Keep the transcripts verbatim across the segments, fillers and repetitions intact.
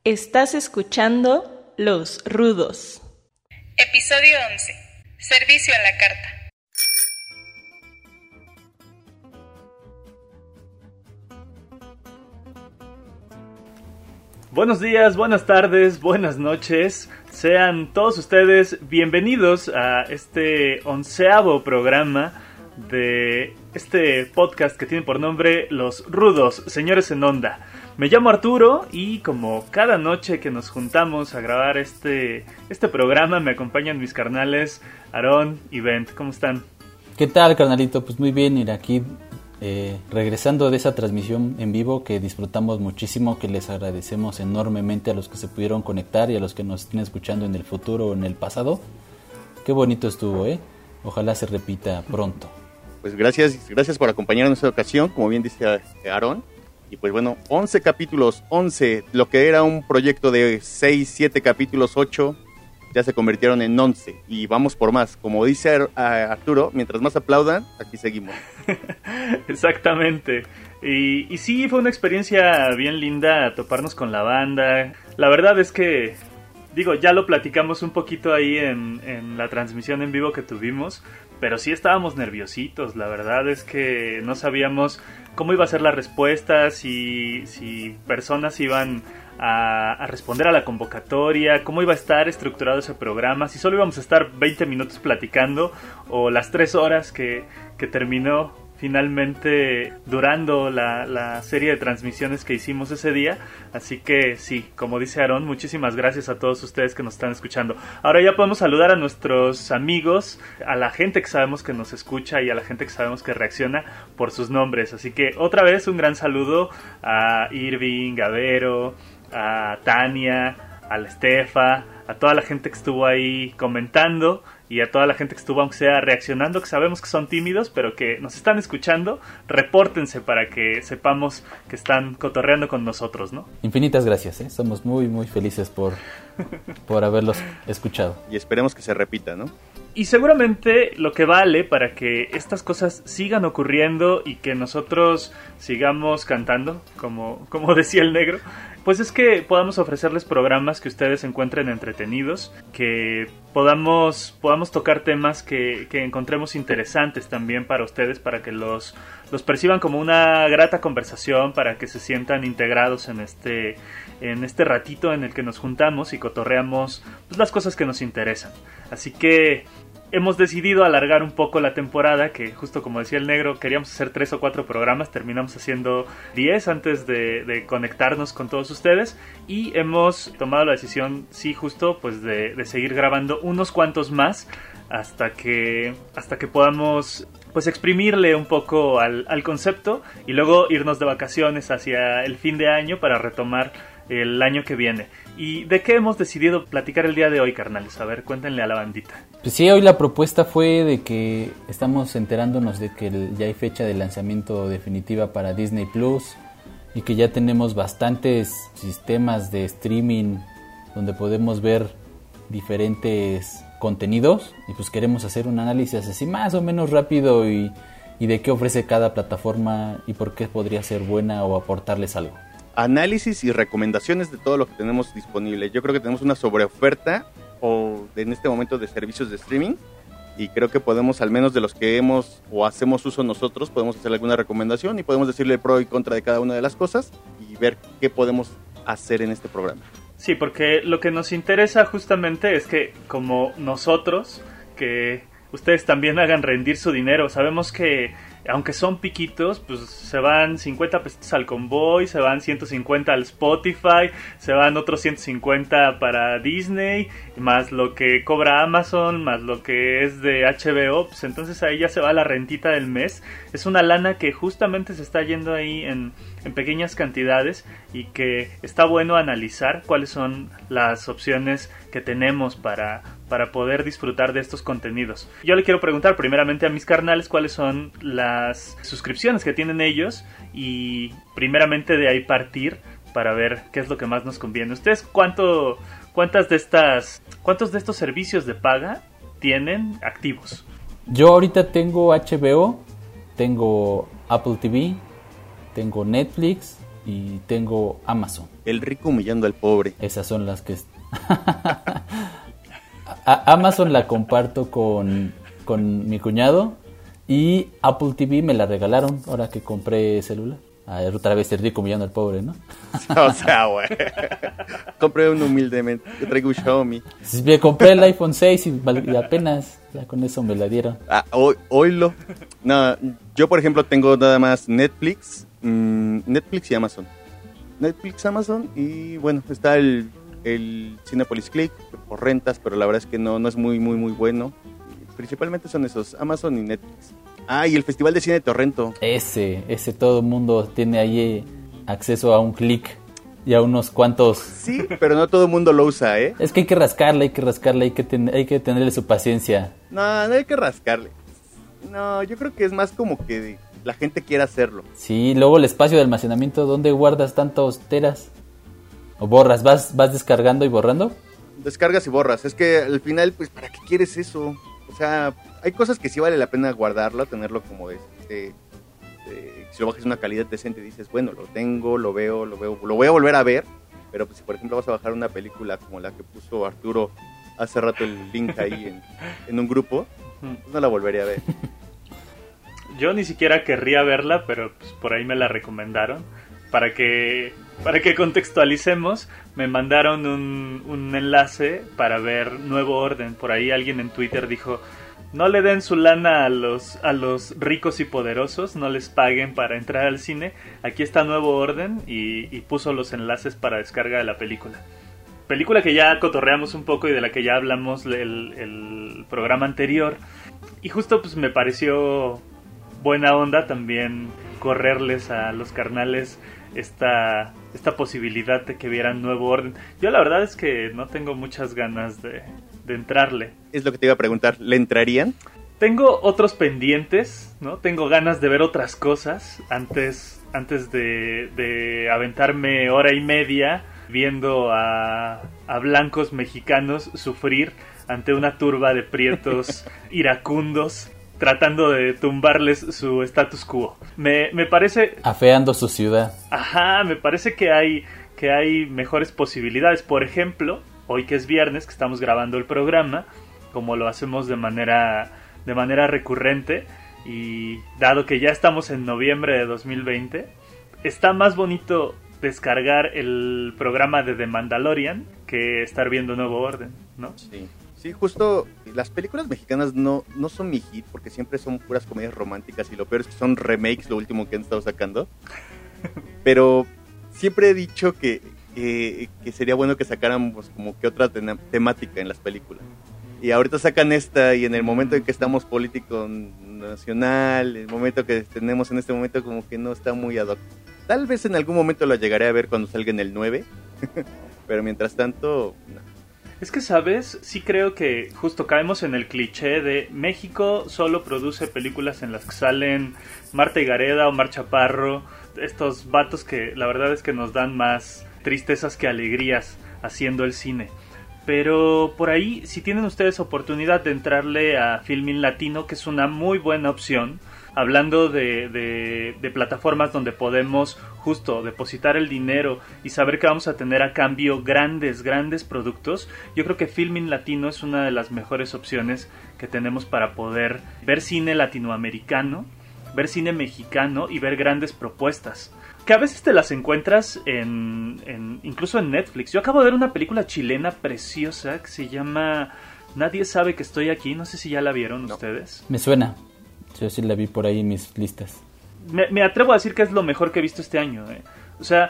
Estás escuchando Los Rudos. Episodio once. Servicio a la carta. Buenos días, buenas tardes, buenas noches. Sean todos ustedes bienvenidos a este onceavo programa de este podcast que tiene por nombre Los Rudos, Señores en Onda. Me llamo Arturo y como cada noche que nos juntamos a grabar este, este programa me acompañan mis carnales Aarón y Bent. ¿Cómo están? ¿Qué tal, carnalito? Pues muy bien, ir aquí eh, regresando de esa transmisión en vivo que disfrutamos muchísimo, que les agradecemos enormemente a los que se pudieron conectar y a los que nos estén escuchando en el futuro o en el pasado. Qué bonito estuvo, ¿eh? Ojalá se repita pronto. Pues gracias, gracias por acompañarnos en esta ocasión, como bien dice Aarón. Y pues bueno, once capítulos, once, lo que era un proyecto de seis, siete capítulos, ocho, ya se convirtieron en once. Y vamos por más. Como dice Arturo, mientras más aplaudan, aquí seguimos. Exactamente. Y, y sí, fue una experiencia bien linda toparnos con la banda. La verdad es que, digo, ya lo platicamos un poquito ahí en, en la transmisión en vivo que tuvimos, pero sí estábamos nerviositos. La verdad es que no sabíamos cómo iba a ser la respuesta, si, si personas iban a, a responder a la convocatoria, cómo iba a estar estructurado ese programa, si solo íbamos a estar veinte minutos platicando o las tres horas que, que terminó finalmente durando la, la serie de transmisiones que hicimos ese día. Así que sí, como dice Aarón, muchísimas gracias a todos ustedes que nos están escuchando. Ahora ya podemos saludar a nuestros amigos, a la gente que sabemos que nos escucha y a la gente que sabemos que reacciona por sus nombres. Así que otra vez un gran saludo a Irving, a Vero, a Tania, a la Estefa, a toda la gente que estuvo ahí comentando y a toda la gente que estuvo, aunque sea reaccionando, que sabemos que son tímidos, pero que nos están escuchando. Repórtense para que sepamos que están cotorreando con nosotros, ¿no? Infinitas gracias, ¿eh? Somos muy, muy felices por, por haberlos escuchado. Y esperemos que se repita, ¿no? Y seguramente lo que vale para que estas cosas sigan ocurriendo y que nosotros sigamos cantando, como, como decía el negro, pues es que podamos ofrecerles programas que ustedes encuentren entretenidos, que podamos, podamos tocar temas que, que encontremos interesantes también para ustedes, para que los, los perciban como una grata conversación, para que se sientan integrados en este, en este ratito en el que nos juntamos y cotorreamos pues, las cosas que nos interesan. Así que hemos decidido alargar un poco la temporada, que justo como decía el negro, queríamos hacer tres o cuatro programas, terminamos haciendo diez antes de, de conectarnos con todos ustedes, y hemos tomado la decisión, sí, justo, pues de, de seguir grabando unos cuantos más hasta que, hasta que podamos pues exprimirle un poco al, al concepto y luego irnos de vacaciones hacia el fin de año para retomar el año que viene. ¿Y de qué hemos decidido platicar el día de hoy, carnales? A ver, cuéntenle a la bandita. Pues sí, hoy la propuesta fue de que estamos enterándonos de que ya hay fecha de lanzamiento definitiva para Disney Plus y que ya tenemos bastantes sistemas de streaming donde podemos ver diferentes contenidos y pues queremos hacer un análisis así más o menos rápido y, y de qué ofrece cada plataforma y por qué podría ser buena o aportarles algo. Análisis y recomendaciones de todo lo que tenemos disponible. Yo creo que tenemos una sobreoferta o en este momento de servicios de streaming y creo que podemos, al menos de los que hemos o hacemos uso nosotros, podemos hacer alguna recomendación y podemos decirle pro y contra de cada una de las cosas y ver qué podemos hacer en este programa. Sí, porque lo que nos interesa justamente es que como nosotros, que ustedes también hagan rendir su dinero. Sabemos que aunque son piquitos, pues se van cincuenta pesos al Convoy, se van ciento cincuenta al Spotify, se van otros ciento cincuenta para Disney, más lo que cobra Amazon, más lo que es de H B O, pues entonces ahí ya se va la rentita del mes. Es una lana que justamente se está yendo ahí en, en pequeñas cantidades y que está bueno analizar cuáles son las opciones que tenemos para, para poder disfrutar de estos contenidos. Yo le quiero preguntar primeramente a mis carnales cuáles son las suscripciones que tienen ellos y primeramente de ahí partir para ver qué es lo que más nos conviene. ¿Ustedes cuánto, cuántas de estas, cuántos de estos servicios de paga tienen activos? Yo ahorita tengo H B O, tengo Apple T V, tengo Netflix, y tengo Amazon. El rico humillando al pobre. Esas son las que... A- Amazon la comparto con, con mi cuñado y Apple T V me la regalaron ahora que compré celular. Ah, otra vez el rico humillando al pobre, ¿no? O sea, güey. Compré un humildemente. Yo traigo un Xiaomi. Me compré el iPhone seis y, y apenas ya con eso me la dieron. Ah, hoy, hoylo. No, yo por ejemplo tengo nada más Netflix, mmm, Netflix y Amazon. Netflix, Amazon y bueno, está el, el Cinepolis Click por rentas, pero la verdad es que no, no es muy, muy, muy bueno. Principalmente son esos, Amazon y Netflix. Ah, y el Festival de Cine de Torrento. Ese, ese todo el mundo tiene ahí acceso a un clic y a unos cuantos. Sí, pero no todo el mundo lo usa, ¿eh? Es que hay que rascarle, hay que rascarle, hay que, ten- hay que tenerle su paciencia. No, no hay que rascarle. No, yo creo que es más como que la gente quiere hacerlo. Sí, luego el espacio de almacenamiento, ¿dónde guardas tantos teras? ¿O borras? ¿Vas, vas descargando y borrando? Descargas y borras. Es que al final, pues, ¿para qué quieres eso? O sea, hay cosas que sí vale la pena guardarlo, tenerlo como de, de, de si lo bajas una calidad decente, dices, bueno, lo tengo, lo veo, lo veo, lo voy a volver a ver, pero pues si por ejemplo vas a bajar una película como la que puso Arturo hace rato el link ahí en, en un grupo, pues no la volvería a ver. Yo ni siquiera querría verla, pero pues por ahí me la recomendaron. Para que para que contextualicemos, me mandaron un, un enlace para ver Nuevo Orden. Por ahí alguien en Twitter dijo, no le den su lana a los, a los ricos y poderosos, no les paguen para entrar al cine. Aquí está Nuevo Orden y, y puso los enlaces para descarga de la película. Película que ya cotorreamos un poco y de la que ya hablamos el, el programa anterior. Y justo pues me pareció buena onda también correrles a los carnales esta, esta posibilidad de que vieran Nuevo Orden. Yo la verdad es que no tengo muchas ganas de, de entrarle. Es lo que te iba a preguntar, ¿le entrarían? Tengo otros pendientes, ¿no? Tengo ganas de ver otras cosas antes, antes de, de aventarme hora y media viendo a, a blancos mexicanos sufrir ante una turba de prietos iracundos tratando de tumbarles su status quo. Me, me parece... Afeando su ciudad. Ajá, me parece que hay, que hay mejores posibilidades. Por ejemplo, hoy que es viernes, que estamos grabando el programa, como lo hacemos de manera, de manera recurrente, y dado que ya estamos en noviembre de dos mil veinte, está más bonito descargar el programa de The Mandalorian que estar viendo Nuevo Orden, ¿no? Sí. Sí, justo las películas mexicanas no, no son mi hit porque siempre son puras comedias románticas y lo peor es que son remakes, lo último que han estado sacando. Pero siempre he dicho que, que, que sería bueno que sacaran pues, como que otra tena- temática en las películas. Y ahorita sacan esta y en el momento en que estamos político nacional, el momento que tenemos en este momento como que no está muy ad hoc. Tal vez en algún momento lo llegaré a ver cuando salga en el nueve, pero mientras tanto... No. Es que, ¿sabes? Sí creo que justo caemos en el cliché de México solo produce películas en las que salen Marta Higareda o Mar Chaparro, estos vatos que la verdad es que nos dan más tristezas que alegrías haciendo el cine. Pero por ahí, si tienen ustedes oportunidad de entrarle a Filmin Latino, que es una muy buena opción, hablando de, de, de plataformas donde podemos justo depositar el dinero y saber que vamos a tener a cambio grandes, grandes productos, yo creo que Filmin Latino es una de las mejores opciones que tenemos para poder ver cine latinoamericano, ver cine mexicano y ver grandes propuestas. Que a veces te las encuentras en, en incluso en Netflix. Yo acabo de ver una película chilena preciosa que se llama Nadie sabe que estoy aquí. No sé si ya la vieron no. ustedes. Me suena. Yo sí la vi por ahí en mis listas. Me, me atrevo a decir que es lo mejor que he visto este año. Eh. O sea,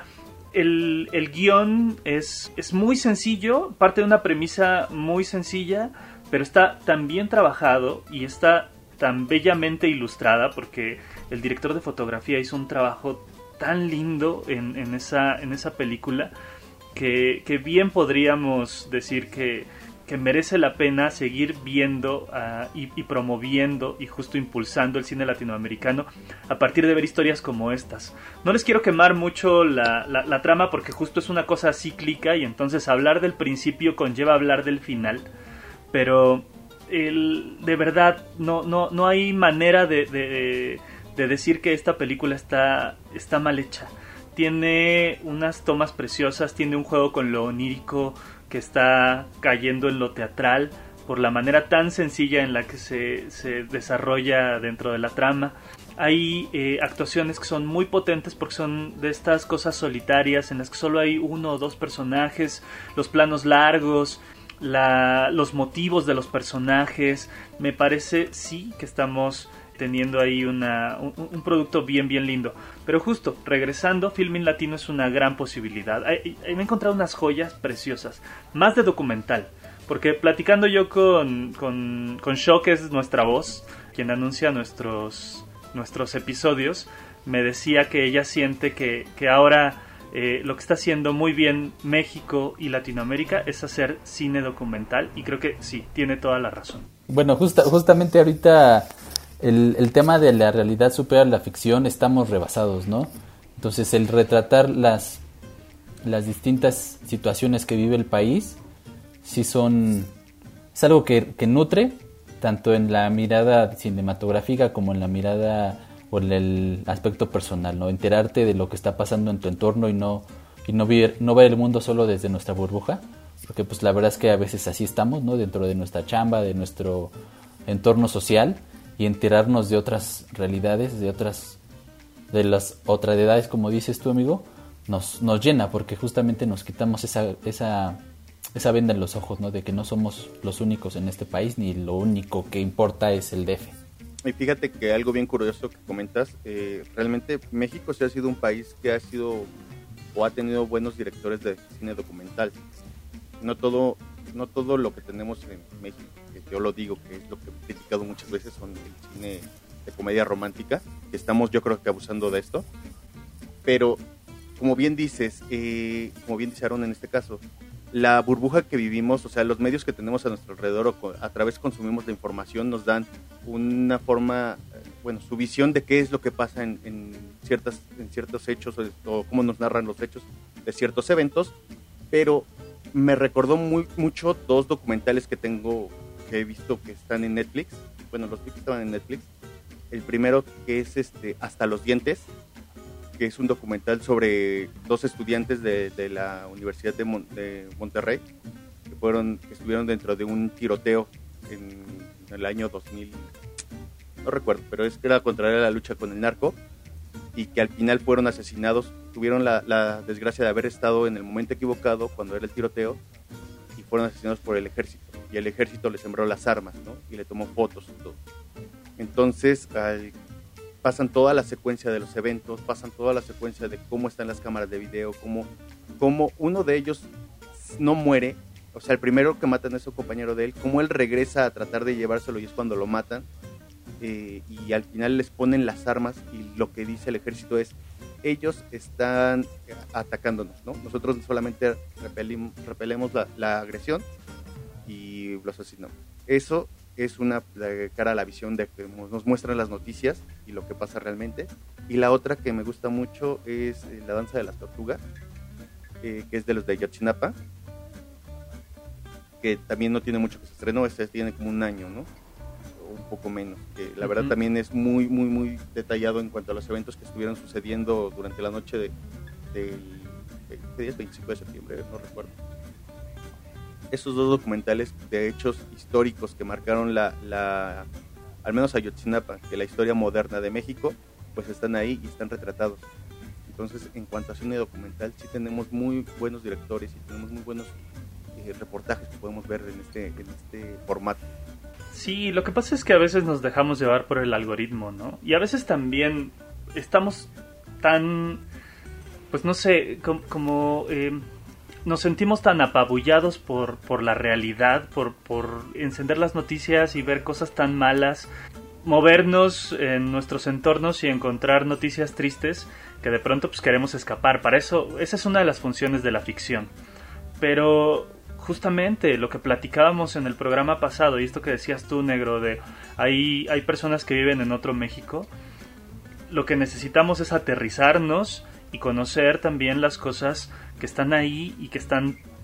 el, el guión es, es muy sencillo, parte de una premisa muy sencilla, pero está tan bien trabajado y está tan bellamente ilustrada porque el director de fotografía hizo un trabajo tan lindo en, en, esa, en esa película que, que bien podríamos decir que, que merece la pena seguir viendo uh, y, y promoviendo y justo impulsando el cine latinoamericano a partir de ver historias como estas. No les quiero quemar mucho la, la, la trama porque justo es una cosa cíclica y entonces hablar del principio conlleva hablar del final, pero el, de verdad no, no, no hay manera de... de de decir que esta película está, está mal hecha. tiene unas tomas preciosas, tiene un juego con lo onírico que está cayendo en lo teatral por la manera tan sencilla en la que se, se desarrolla dentro de la trama. Hay eh, actuaciones que son muy potentes porque son de estas cosas solitarias en las que solo hay uno o dos personajes, los planos largos, la, los motivos de los personajes. Me parece sí que estamos teniendo ahí una, un, un producto bien bien lindo. Pero justo, regresando, Filmin Latino es una gran posibilidad. Hay, hay, me he encontrado unas joyas preciosas, más de documental, porque platicando yo con, con, con Sho, que es nuestra voz, quien anuncia nuestros... nuestros episodios, me decía que ella siente que, que ahora eh, lo que está haciendo muy bien México y Latinoamérica es hacer cine documental, y creo que sí, tiene toda la razón. Bueno, justa, justamente ahorita el, el tema de la realidad supera la ficción, estamos rebasados, ¿no? Entonces el retratar las, las distintas situaciones que vive el país, sí son, es algo que, que nutre, tanto en la mirada cinematográfica como en la mirada o en el aspecto personal, ¿no? Enterarte de lo que está pasando en tu entorno y no y no ver, no ver el mundo solo desde nuestra burbuja, porque pues la verdad es que a veces así estamos, ¿no? Dentro de nuestra chamba, de nuestro entorno social, y enterarnos de otras realidades, de otras de las otras edades, como dices tú, amigo, nos nos llena, porque justamente nos quitamos esa esa esa venda en los ojos, ¿no? De que no somos los únicos en este país, ni lo único que importa es el D F. Y fíjate que algo bien curioso que comentas, eh, realmente México sí ha sido un país que ha sido o ha tenido buenos directores de cine documental. No todo, no todo lo que tenemos en México, que yo lo digo, que es lo que he criticado muchas veces, son el cine de comedia romántica, que estamos yo creo que abusando de esto. Pero como bien dices, eh, como bien dice Aaron en este caso, la burbuja que vivimos, o sea, los medios que tenemos a nuestro alrededor o a través consumimos la información, nos dan una forma, bueno, su visión de qué es lo que pasa en, en, ciertas, en ciertos hechos o, o cómo nos narran los hechos de ciertos eventos, pero me recordó muy, mucho dos documentales que tengo, que he visto que están en Netflix. Bueno, los vi que estaban en Netflix. El primero, que es este Hasta los dientes, que es un documental sobre dos estudiantes de, de la Universidad de, Mon, de Monterrey que fueron que estuvieron dentro de un tiroteo en, en el año dos mil, no recuerdo, pero es que era contra la lucha con el narco, y que al final fueron asesinados, tuvieron la, la desgracia de haber estado en el momento equivocado cuando era el tiroteo, y fueron asesinados por el ejército, y el ejército le sembró las armas, ¿no? Y le tomó fotos y todo. Entonces, al pasan toda la secuencia de los eventos, pasan toda la secuencia de cómo están las cámaras de video, cómo, cómo uno de ellos no muere, o sea, el primero que matan es un compañero de él, cómo él regresa a tratar de llevárselo y es cuando lo matan, eh, y al final les ponen las armas, y lo que dice el ejército es, ellos están atacándonos, ¿no? Nosotros solamente repelim, repelemos la, la agresión y los asesinamos. Eso es una cara a la visión de que nos muestran las noticias y lo que pasa realmente. Y la otra que me gusta mucho es eh, La danza de las tortugas, eh, que es de los de Ayotzinapa, que también no tiene mucho que se estrenó, este tiene como un año, ¿no? O un poco menos, que la verdad uh-huh. también es muy, muy, muy detallado en cuanto a los eventos que estuvieron sucediendo durante la noche de, de, de, ¿qué día es? veinticinco de septiembre, no recuerdo. Esos dos documentales de hechos históricos que marcaron la, la al menos Ayotzinapa, que la historia moderna de México, pues están ahí y están retratados. Entonces, en cuanto a cine documental, sí tenemos muy buenos directores y tenemos muy buenos eh, reportajes que podemos ver en este, en este formato. Sí, lo que pasa es que a veces nos dejamos llevar por el algoritmo, ¿no? Y a veces también estamos tan, pues no sé, como... como eh, nos sentimos tan apabullados por, por la realidad, por, por encender las noticias y ver cosas tan malas, movernos en nuestros entornos y encontrar noticias tristes, que de pronto pues queremos escapar. Para eso, esa es una de las funciones de la ficción. Pero justamente lo que platicábamos en el programa pasado, y esto que decías tú, Negro, de hay, hay personas que viven en otro México, lo que necesitamos es aterrizarnos y conocer también las cosas que están ahí y que están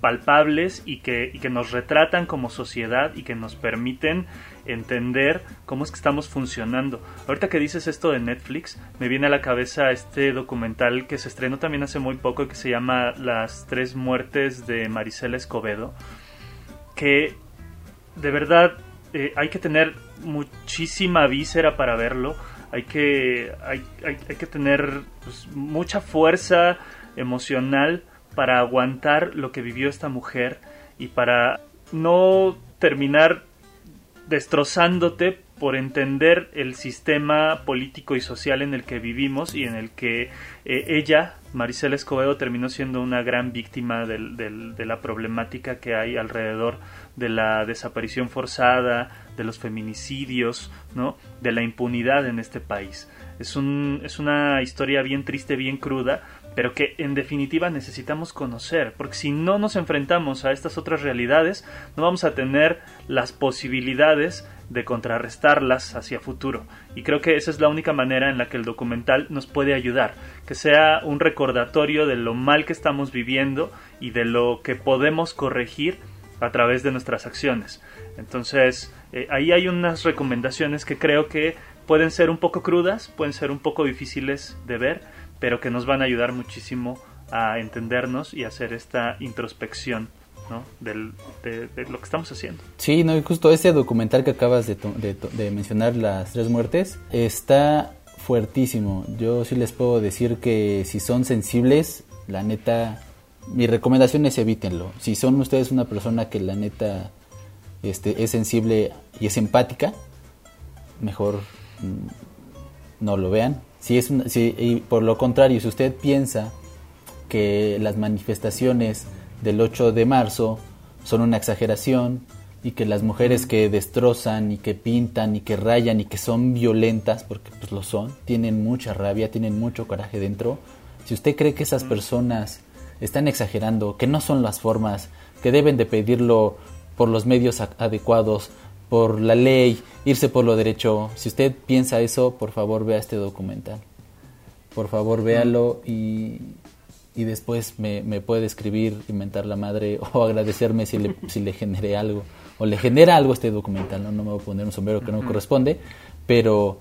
palpables y que, y que nos retratan como sociedad y que nos permiten entender cómo es que estamos funcionando. Ahorita que dices esto de Netflix, me viene a la cabeza este documental que se estrenó también hace muy poco, que se llama Las tres muertes de Marisela Escobedo, que de verdad eh, hay que tener muchísima víscera para verlo, hay que, hay, hay, hay que tener pues, mucha fuerza emocional para aguantar lo que vivió esta mujer y para no terminar destrozándote por entender el sistema político y social en el que vivimos y en el que eh, ella, Marisela Escobedo, terminó siendo una gran víctima del, del, de la problemática que hay alrededor de la desaparición forzada, de los feminicidios, ¿no? De la impunidad en este país. Es, un, es una historia bien triste, bien cruda, pero que en definitiva necesitamos conocer, porque si no nos enfrentamos a estas otras realidades, no vamos a tener las posibilidades de contrarrestarlas hacia futuro. Y creo que esa es la única manera en la que el documental nos puede ayudar, que sea un recordatorio de lo mal que estamos viviendo y de lo que podemos corregir a través de nuestras acciones. Entonces, eh, ahí hay unas recomendaciones que creo que pueden ser un poco crudas, pueden ser un poco difíciles de ver, pero que nos van a ayudar muchísimo a entendernos y a hacer esta introspección, ¿no? Del, de, de lo que estamos haciendo. Sí, no, y justo ese documental que acabas de, to- de, to- de mencionar, Las tres muertes, está fuertísimo. Yo sí les puedo decir que si son sensibles, la neta, mi recomendación es evítenlo. Si son ustedes una persona que la neta este, es sensible y es empática, mejor mm, no lo vean. Si es una, si, y por lo contrario, si usted piensa que las manifestaciones del ocho de marzo son una exageración y que las mujeres que destrozan y que pintan y que rayan y que son violentas, porque pues lo son, tienen mucha rabia, tienen mucho coraje dentro, si usted cree que esas personas están exagerando, que no son las formas, que deben de pedirlo por los medios adecuados, por la ley, irse por lo derecho, si usted piensa eso, por favor vea este documental. Por favor véalo y, y después me, me puede escribir, inventar la madre o agradecerme si le, si le generé algo. O le genera algo este documental, ¿no? No me voy a poner un sombrero que no me corresponde, pero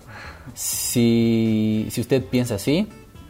si, si usted piensa así,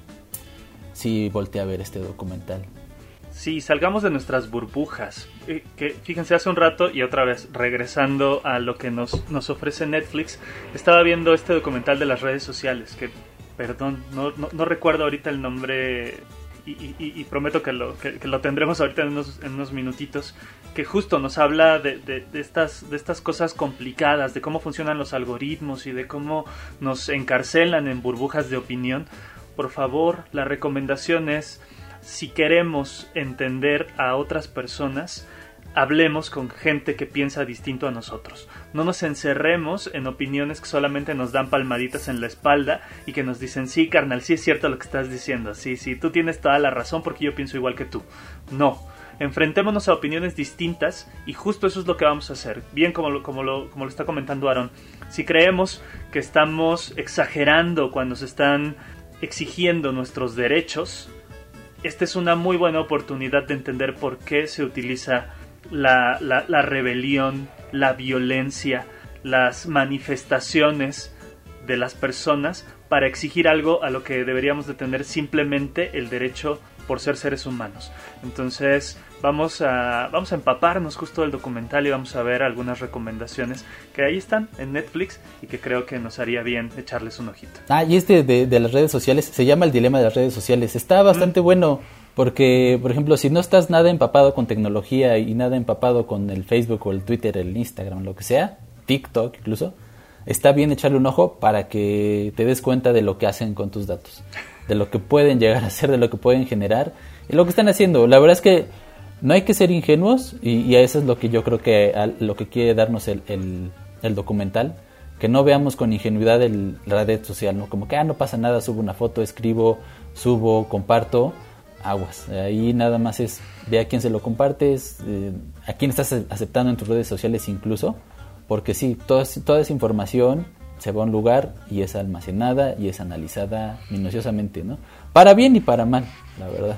sí voltea a ver este documental. Sí, salgamos de nuestras burbujas. Eh, que fíjense, hace un rato y otra vez regresando a lo que nos, nos ofrece Netflix, estaba viendo este documental de las redes sociales, que, perdón, no, no, no recuerdo ahorita el nombre y, y, y prometo que lo, que, que lo tendremos ahorita en unos, en unos minutitos, que justo nos habla de, de, de, estas, de estas cosas complicadas, de cómo funcionan los algoritmos y de cómo nos encarcelan en burbujas de opinión. Por favor, la recomendación es: si queremos entender a otras personas, hablemos con gente que piensa distinto a nosotros. No nos encerremos en opiniones que solamente nos dan palmaditas en la espalda y que nos dicen, sí, carnal, sí es cierto lo que estás diciendo, sí, sí, tú tienes toda la razón porque yo pienso igual que tú. No, enfrentémonos a opiniones distintas y justo eso es lo que vamos a hacer. Bien, como lo, como lo, como lo está comentando Aaron, si creemos que estamos exagerando cuando se están exigiendo nuestros derechos, esta es una muy buena oportunidad de entender por qué se utiliza la, la, la rebelión, la violencia, las manifestaciones de las personas para exigir algo a lo que deberíamos de tener simplemente el derecho por ser seres humanos. Entonces vamos a, vamos a empaparnos justo del documental y vamos a ver algunas recomendaciones que ahí están en Netflix y que creo que nos haría bien echarles un ojito. Ah, y este de, de las redes sociales, se llama El dilema de las redes sociales. Está bastante mm. bueno porque, por ejemplo, si no estás nada empapado con tecnología y nada empapado con el Facebook o el Twitter, el Instagram, lo que sea, TikTok incluso, está bien echarle un ojo para que te des cuenta de lo que hacen con tus datos, de lo que pueden llegar a hacer, de lo que pueden generar y lo que están haciendo. La verdad es que no hay que ser ingenuos y, y eso es lo que yo creo que a, lo que quiere darnos el, el, el documental, que no veamos con ingenuidad el, la red social, ¿no? Como que ah, no pasa nada, subo una foto, escribo, subo, comparto, aguas. Ahí nada más es ve a quién se lo compartes, eh, a quién estás aceptando en tus redes sociales incluso, porque sí, toda, toda esa información se va a un lugar y es almacenada y es analizada minuciosamente, ¿no? Para bien y para mal, la verdad.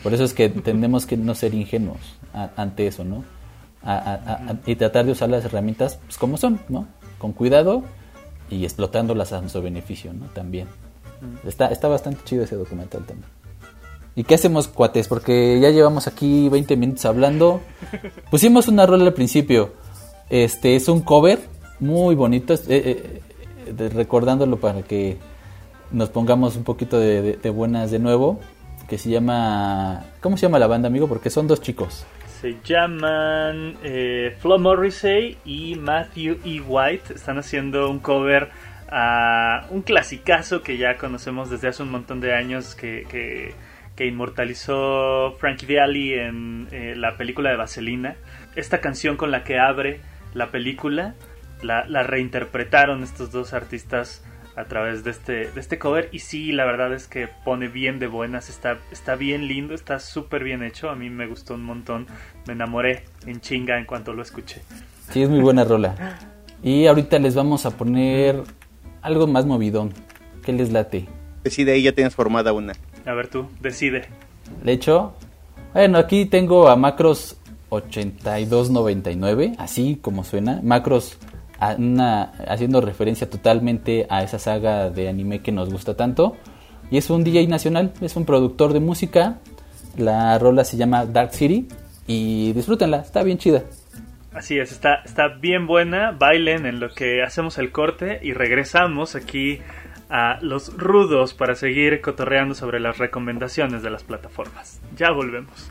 Por eso es que tenemos que no ser ingenuos a, ante eso, ¿no? A, a, a, y tratar de usar las herramientas pues, como son, ¿no? Con cuidado y explotándolas a nuestro beneficio, ¿no? También. Está, está bastante chido ese documental también. ¿Y qué hacemos, cuates? Porque ya llevamos aquí veinte minutos hablando. Pusimos una rola al principio. Este es un cover muy bonito, eh, eh, de, recordándolo para que nos pongamos un poquito de, de, de buenas de nuevo. Que se llama... ¿Cómo se llama la banda, amigo? Porque son dos chicos. Se llaman eh, Flo Morrissey y Matthew E. White. Están haciendo un cover a un clasicazo que ya conocemos desde hace un montón de años, que, que, que inmortalizó Frankie Valli en eh, la película de Vaselina. Esta canción con la que abre la película la, la reinterpretaron estos dos artistas a través de este, de este cover, y sí, la verdad es que pone bien de buenas, está, está bien lindo, está súper bien hecho, a mí me gustó un montón, me enamoré en chinga en cuanto lo escuché. Sí, es muy buena rola. Y ahorita les vamos a poner algo más movidón. ¿Qué les late? Decide ahí, ya tienes formada una. A ver tú, decide. ¿Le echo? Bueno, aquí tengo a Macros ochenta y dos noventa y nueve, así como suena. Macros a una, haciendo referencia totalmente a esa saga de anime que nos gusta tanto. Y es un D J nacional, es un productor de música. La rola se llama Dark City y disfrútenla, está bien chida. Así es, está, está bien buena. Bailen en lo que hacemos el corte y regresamos aquí a Los Rudos para seguir cotorreando sobre las recomendaciones de las plataformas. Ya volvemos.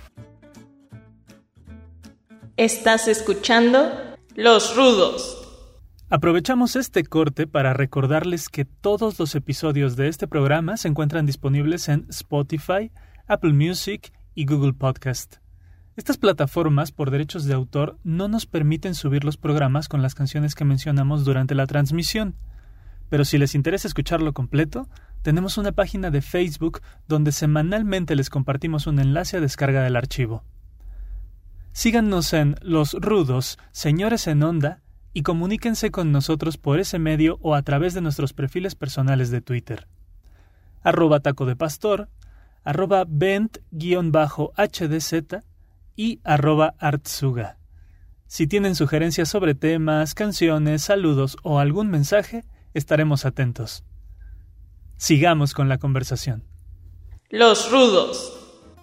Estás escuchando Los Rudos. Aprovechamos este corte para recordarles que todos los episodios de este programa se encuentran disponibles en Spotify, Apple Music y Google Podcast. Estas plataformas, por derechos de autor, no nos permiten subir los programas con las canciones que mencionamos durante la transmisión. Pero si les interesa escucharlo completo, tenemos una página de Facebook donde semanalmente les compartimos un enlace a descarga del archivo. Síganos en Los Rudos, Señores en Onda, y comuníquense con nosotros por ese medio o a través de nuestros perfiles personales de Twitter. Arroba Taco de Pastor, arroba Bent-H D Z y arroba Artsuga. Si tienen sugerencias sobre temas, canciones, saludos o algún mensaje, estaremos atentos. Sigamos con la conversación. Los Rudos.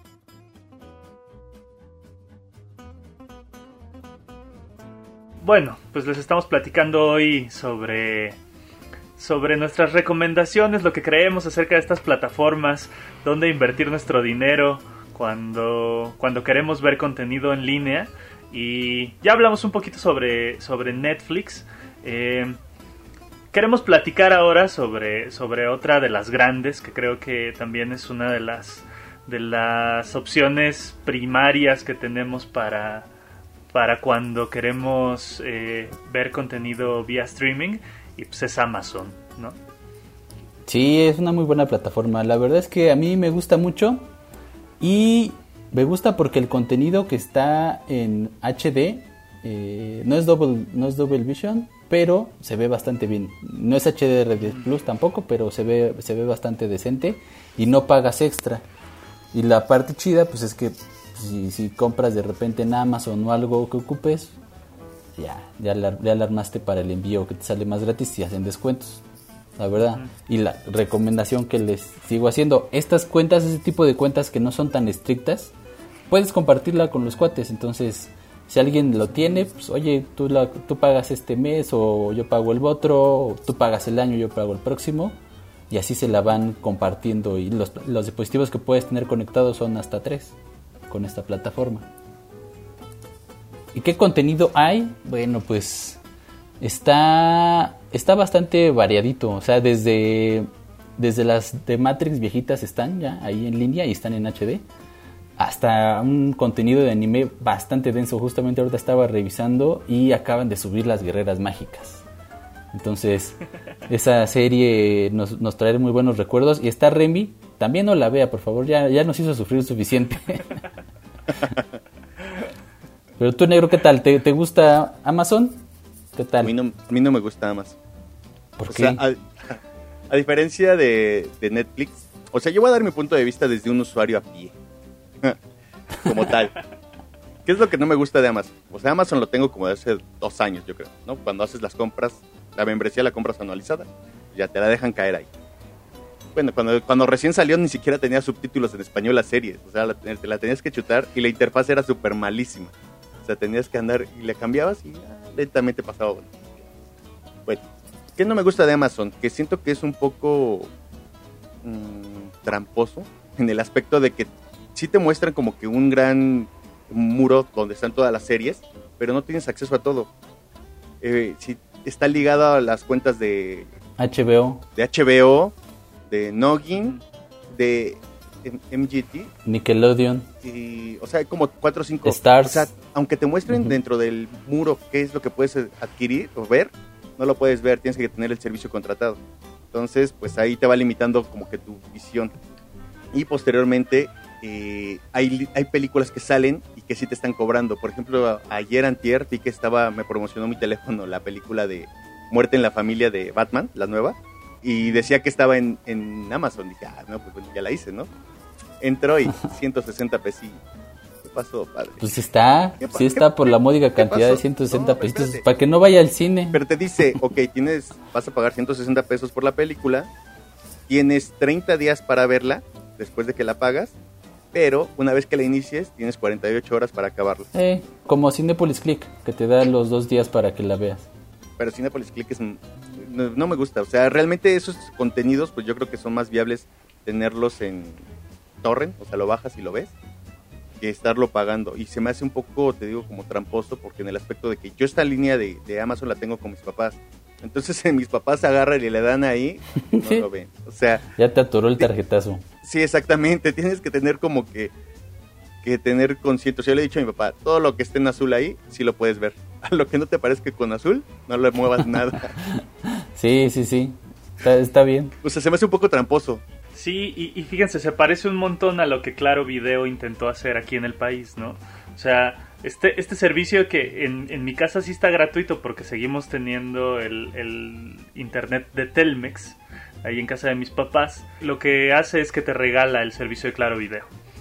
Bueno, pues les estamos platicando hoy sobre, sobre nuestras recomendaciones, lo que creemos acerca de estas plataformas, dónde invertir nuestro dinero cuando, cuando queremos ver contenido en línea. Y ya hablamos un poquito sobre, sobre Netflix. Eh, queremos platicar ahora sobre, sobre otra de las grandes, que creo que también es una de las, de las opciones primarias que tenemos para... para cuando queremos eh, ver contenido vía streaming, y pues es Amazon, ¿no? Sí, es una muy buena plataforma. La verdad es que a mí me gusta mucho y me gusta porque el contenido que está en H D eh, no es double, no es double vision, pero se ve bastante bien. No es H D R diez Plus tampoco, pero se ve se ve bastante decente y no pagas extra. Y la parte chida pues es que Si, si compras de repente en Amazon o algo que ocupes, ya, ya, la, ya la armaste para el envío, que te sale más gratis y hacen descuentos, la verdad. Uh-huh. Y la recomendación que les sigo haciendo, estas cuentas, ese tipo de cuentas que no son tan estrictas, puedes compartirla con los cuates. Entonces, si alguien lo tiene, pues oye, tú, la, tú pagas este mes o yo pago el otro, o tú pagas el año, yo pago el próximo. Y así se la van compartiendo. Y los, los dispositivos que puedes tener conectados son hasta tres con esta plataforma. ¿Y qué contenido hay? Bueno, pues está está bastante variadito, o sea, desde desde las de Matrix viejitas están ya ahí en línea y están en H D, hasta un contenido de anime bastante denso. Justamente ahorita estaba revisando y acaban de subir Las Guerreras Mágicas. Entonces, esa serie nos, nos trae muy buenos recuerdos. Y está Remy, también no la vea, por favor, ya, ya nos hizo sufrir suficiente. Pero tú, negro, ¿qué tal? ¿Te, te gusta Amazon? ¿Qué tal? A mí no, a mí no me gusta Amazon. ¿Por o qué? Sea, a, a diferencia de, de Netflix, o sea, yo voy a dar mi punto de vista desde un usuario a pie. como tal. ¿Qué es lo que no me gusta de Amazon? O sea, Amazon lo tengo como de hace dos años, yo creo, ¿no? Cuando haces las compras, la membresía la compras anualizada, ya te la dejan caer ahí. Bueno, cuando, cuando recién salió ni siquiera tenía subtítulos en español las series, o sea, la, te la tenías que chutar y la interfaz era súper malísima. O sea, tenías que andar y le cambiabas y ah, lentamente pasaba. Bueno. bueno, ¿qué no me gusta de Amazon? Que siento que es un poco mmm, tramposo en el aspecto de que sí te muestran como que un gran muro donde están todas las series, pero no tienes acceso a todo. Eh, sí, está ligado a las cuentas de H B O, de H B O, de Noggin, de M G T, Nickelodeon, y, o sea, hay como cuatro o cinco Stars. O sea, aunque te muestren uh-huh. dentro del muro qué es lo que puedes adquirir o ver, no lo puedes ver, tienes que tener el servicio contratado. Entonces, pues ahí te va limitando como que tu visión. Y posteriormente eh, hay, hay películas que salen y que sí te están cobrando. Por ejemplo, ayer antier vi que estaba, me promocionó mi teléfono la película de Muerte en la Familia de Batman, la nueva, y decía que estaba en, en Amazon. Dije, ah, no, pues bueno, ya la hice, ¿no? Entró y ciento sesenta pesos. ¿Qué pasó, padre? Pues está, sí está por la módica cantidad de ciento sesenta no, pesitos, para que no vaya al cine. Pero te dice, ok, tienes, vas a pagar ciento sesenta pesos por la película, tienes treinta días para verla, después de que la pagas, pero una vez que la inicies, tienes cuarenta y ocho horas para acabarla. Eh, como Cinépolis Click, que te da los dos días para que la veas. Pero Cinépolis Click es, no, no me gusta, o sea, realmente esos contenidos, pues yo creo que son más viables tenerlos en torrent, o sea, lo bajas y lo ves, que estarlo pagando. Y se me hace un poco, te digo, como tramposo, porque en el aspecto de que yo esta línea de, de Amazon la tengo con mis papás. Entonces mis papás agarran y le dan ahí, no lo ven. O sea, ya te atoró el tarjetazo. Sí, exactamente. Tienes que tener como que, que tener consciente. O sea, yo le he dicho a mi papá, todo lo que esté en azul ahí, sí lo puedes ver. A lo que no te parezca con azul, no le muevas nada. Sí, sí, sí. Está, está bien. O sea, se me hace un poco tramposo. Sí, y, y fíjense, se parece un montón a lo que Claro Video intentó hacer aquí en el país, ¿no? O sea, este, este servicio que en, en mi casa sí está gratuito porque seguimos teniendo el, el internet de Telmex, ahí en casa de mis papás, lo que hace es que te regala el servicio de Claro Video.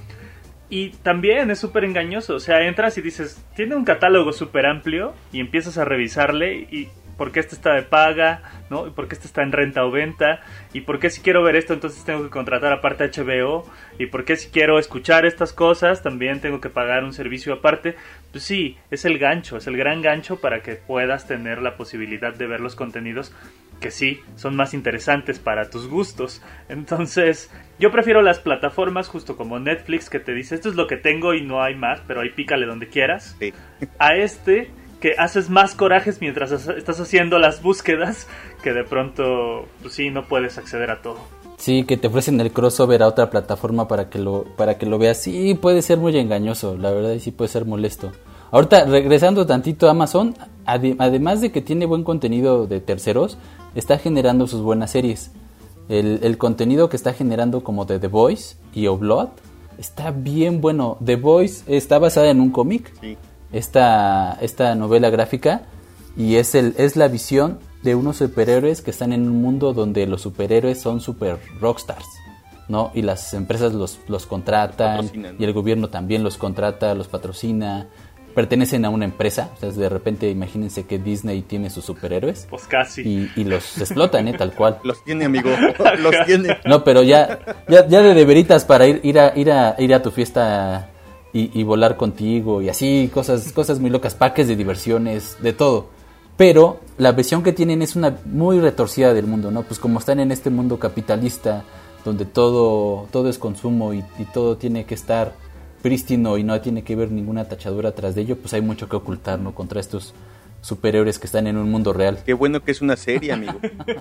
Y también es súper engañoso, o sea, entras y dices, tiene un catálogo súper amplio y empiezas a revisarle y... ¿por qué este está de paga? ¿No? ¿Y por qué este está en renta o venta? ¿Y por qué si quiero ver esto entonces tengo que contratar aparte H B O? ¿Y por qué si quiero escuchar estas cosas también tengo que pagar un servicio aparte? Pues sí, es el gancho, es el gran gancho para que puedas tener la posibilidad de ver los contenidos que sí, son más interesantes para tus gustos. Entonces, yo prefiero las plataformas justo como Netflix que te dice esto es lo que tengo y no hay más, pero ahí pícale donde quieras. Sí. A este... que haces más corajes mientras estás haciendo las búsquedas, que de pronto, pues sí, no puedes acceder a todo. Sí, que te ofrecen el crossover a otra plataforma para que lo para que lo veas. Sí, puede ser muy engañoso, la verdad, y sí puede ser molesto. Ahorita, regresando tantito a Amazon, ad- además de que tiene buen contenido de terceros, está generando sus buenas series. El, el contenido que está generando como de The Voice y Blood está bien bueno. The Voice está basada en un cómic. Sí. Esta, esta novela gráfica y es, el, es la visión de unos superhéroes que están en un mundo donde los superhéroes son super rockstars, ¿no? Y las empresas los, los contratan y el gobierno también los contrata, los patrocina, pertenecen a una empresa. O sea, de repente imagínense que Disney tiene sus superhéroes. Pues casi. Y, y los explotan, ¿eh? Tal cual. Los tiene, amigo, los tiene. No, pero ya, ya, ya de deberitas para ir, ir, a, ir, a, ir a tu fiesta... Y, y volar contigo y así, cosas cosas muy locas, parques de diversiones, de todo. Pero la visión que tienen es una muy retorcida del mundo, ¿no? Pues como están en este mundo capitalista, donde todo todo es consumo y, y todo tiene que estar prístino y no tiene que ver ninguna tachadura atrás de ello, pues hay mucho que ocultar, ¿no? Contra estos superhéroes que están en un mundo real. Qué bueno que es una serie, amigo.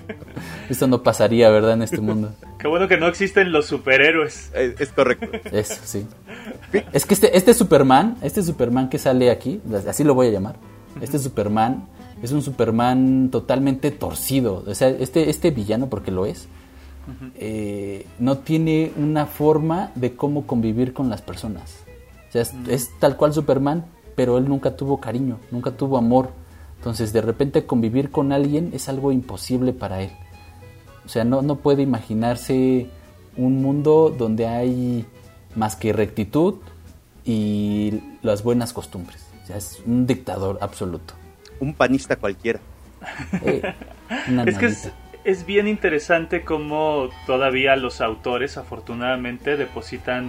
Esto no pasaría, ¿verdad? En este mundo. Qué bueno que no existen los superhéroes. Es, es correcto. Eso, sí. Es que este, este Superman, este Superman que sale aquí, así lo voy a llamar, este Superman es un Superman totalmente torcido. O sea, este, este villano, porque lo es, eh, no tiene una forma de cómo convivir con las personas. O sea, es, es tal cual Superman, pero él nunca tuvo cariño, nunca tuvo amor. Entonces, de repente convivir con alguien es algo imposible para él. O sea, no, no puede imaginarse un mundo donde hay más que rectitud y las buenas costumbres. O sea, es un dictador absoluto. Un panista cualquiera. Eh, una Es que nanita. es, es bien interesante cómo todavía los autores, afortunadamente, depositan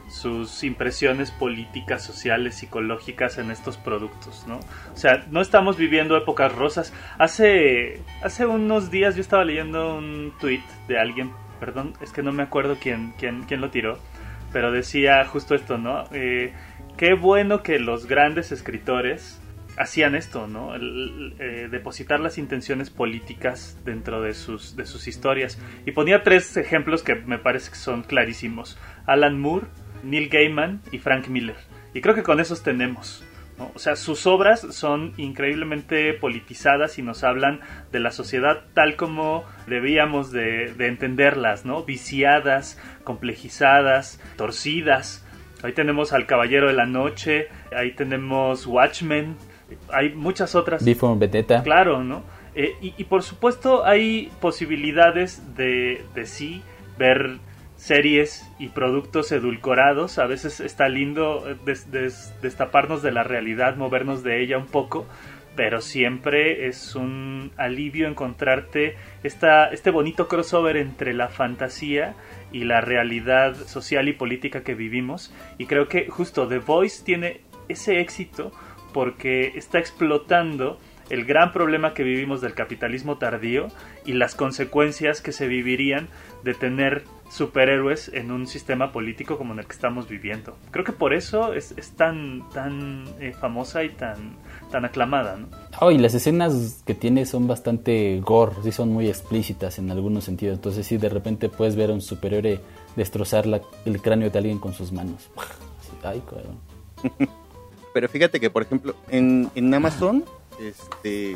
sus impresiones políticas, sociales, psicológicas en estos productos, ¿no? O sea, no estamos viviendo épocas rosas. Hace, hace unos días yo estaba leyendo un tweet de alguien, perdón, es que no me acuerdo quién, quién, quién lo tiró, pero decía justo esto, ¿no? Eh, qué bueno que los grandes escritores hacían esto, ¿no? El, eh, depositar las intenciones políticas dentro de sus, de sus historias. Y ponía tres ejemplos que me parece que son clarísimos. Alan Moore, Neil Gaiman y Frank Miller. Y creo que con esos tenemos, ¿no? O sea, sus obras son increíblemente politizadas y nos hablan de la sociedad tal como debíamos de, de entenderlas, ¿no? Viciadas, complejizadas, torcidas. Ahí tenemos al Caballero de la Noche, ahí tenemos Watchmen, hay muchas otras. V for Vendetta. Claro, ¿no? Eh, y, y por supuesto hay posibilidades de, de sí ver series y productos edulcorados. A veces está lindo des, des, destaparnos de la realidad, movernos de ella un poco, pero siempre es un alivio encontrarte esta, este bonito crossover entre la fantasía y la realidad social y política que vivimos. Y creo que justo The Voice tiene ese éxito porque está explotando el gran problema que vivimos del capitalismo tardío y las consecuencias que se vivirían de tener superhéroes en un sistema político como en el que estamos viviendo. Creo que por eso es, es tan tan eh, famosa y tan tan aclamada, ¿no? Oh, y las escenas que tiene son bastante gore, sí son muy explícitas en algunos sentidos. Entonces sí, de repente puedes ver a un superhéroe destrozar la, el cráneo de alguien con sus manos. Ay, cabrón. Pero fíjate que, por ejemplo, en, en Amazon, este,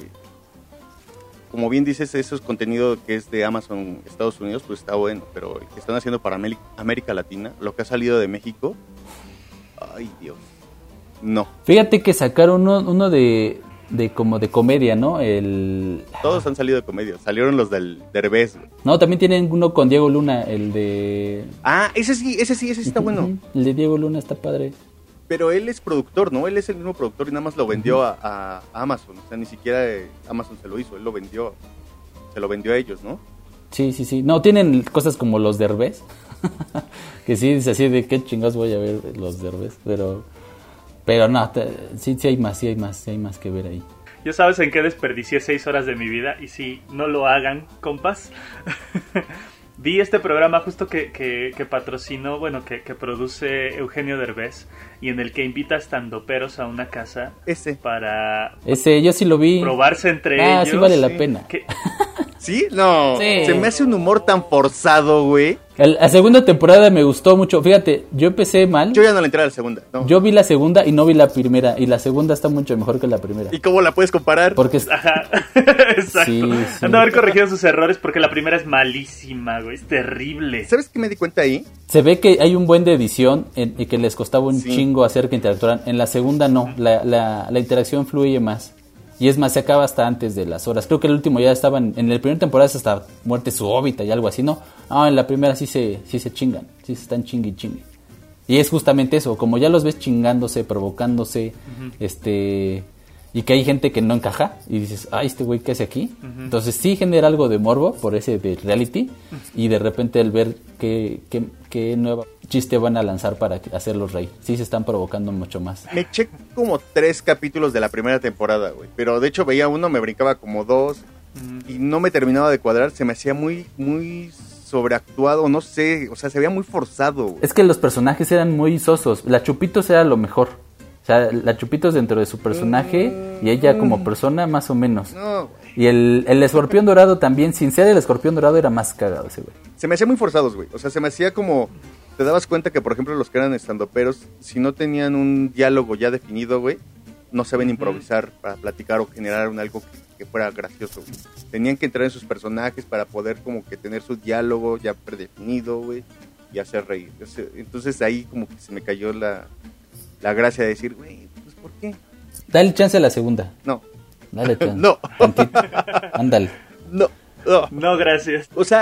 como bien dices, eso es contenido que es de Amazon Estados Unidos, pues está bueno, pero el que están haciendo para América, América Latina, lo que ha salido de México, ay Dios, no. Fíjate que sacaron uno, uno de, de como de comedia, ¿no? El... Todos han salido de comedia, salieron los del Derbez, güey. No, también tienen uno con Diego Luna, el de... Ah, ese sí, ese sí, ese sí está bueno. El de Diego Luna está padre. Pero él es productor, ¿no? Él es el mismo productor y nada más lo vendió a, a Amazon. O sea, ni siquiera Amazon se lo hizo, él lo vendió, se lo vendió a ellos, ¿no? Sí, sí, sí. No, tienen cosas como los Derbez, que sí, es así de qué chingados voy a ver los Derbez, pero... Pero no, te, sí, sí hay más, sí hay más, sí hay más que ver ahí. ¿Ya sabes en qué desperdicié seis horas de mi vida? Y sí, no lo hagan, compas. Vi este programa justo que, que, que patrocinó, bueno, que, que produce Eugenio Derbez, y en el que invita a estandoperos a una casa Ese. para Ese, yo sí lo vi. probarse entre ah, ellos. sí vale la sí. pena. Que- ¿Sí? No, Sí. se me hace un humor tan forzado, güey. El- la segunda temporada me gustó mucho. Fíjate, yo empecé mal. Yo ya no le entré a la segunda, no. Yo vi la segunda y no vi la primera. Y la segunda está mucho mejor que la primera. ¿Y cómo la puedes comparar? Porque es- Ajá, exacto. Sí, sí. Han de haber corregido sus errores porque la primera es malísima, güey, es terrible. ¿Sabes qué me di cuenta ahí? se ve que hay un buen de edición en- y que les costaba un Sí. chingo hacer que interactuaran. En la segunda no. La, la, la interacción fluye más. Y es más, se acaba hasta antes de las horas. Creo que el último ya estaban... En la primera temporada es hasta muerte súbita y algo así, ¿no? Ah, en la primera sí se, sí se chingan. Sí se están chingue y chingue. Y es justamente eso. Como ya los ves chingándose, provocándose, uh-huh. este... Y que hay gente que no encaja. Y dices, ay, este güey, ¿qué hace aquí? Uh-huh. Entonces sí genera algo de morbo por ese de reality. Uh-huh. Y de repente el ver qué, qué, qué nuevo chiste van a lanzar para hacerlos reír. Sí se están provocando mucho más. Me eché como tres capítulos de la primera temporada, güey. Pero de hecho veía uno, me brincaba como dos. Uh-huh. Y no me terminaba de cuadrar. Se me hacía muy, muy sobreactuado, no sé. O sea, se veía muy forzado, güey. Es que los personajes eran muy sosos. La Chupitos era lo mejor. O sea, la Chupitos dentro de su personaje mm, y ella como persona más o menos. No, güey. Y el, el escorpión dorado también, sin ser el escorpión dorado, era más cagado ese güey. Se me hacía muy forzados, güey. O sea, se me hacía como... Te dabas cuenta que, por ejemplo, los que eran estandoperos, si no tenían un diálogo ya definido, güey, no saben improvisar para platicar o generar un algo que, que fuera gracioso, güey. Tenían que entrar en sus personajes para poder como que tener su diálogo ya predefinido, güey, y hacer reír. Entonces ahí como que se me cayó la... La gracia de decir, güey, pues ¿por qué? Dale chance a la segunda. No. Dale chance. No. Tantito. Ándale. No, no. No, gracias. O sea,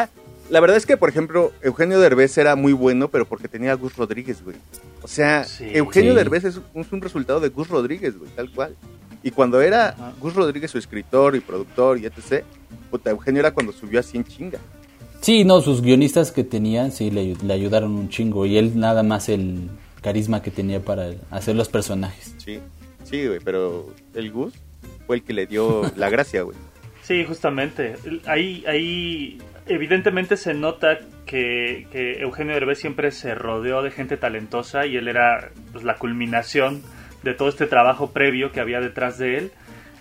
La verdad es que, por ejemplo, Eugenio Derbez era muy bueno, pero porque tenía a Gus Rodríguez, güey. O sea, sí, Eugenio sí. Derbez es un, es un resultado de Gus Rodríguez, güey, tal cual. Y cuando era Ajá. Gus Rodríguez su escritor y productor y etcétera, puta, Eugenio era cuando subió así en chinga. Sí, no, sus guionistas que tenían, sí, le, le ayudaron un chingo. Y él nada más el carisma que tenía para hacer los personajes. Sí, sí, güey, pero el Gus fue el que le dio la gracia, güey. Sí, justamente. Ahí, ahí evidentemente se nota que, que Eugenio Derbez siempre se rodeó de gente talentosa y él era pues, la culminación de todo este trabajo previo que había detrás de él.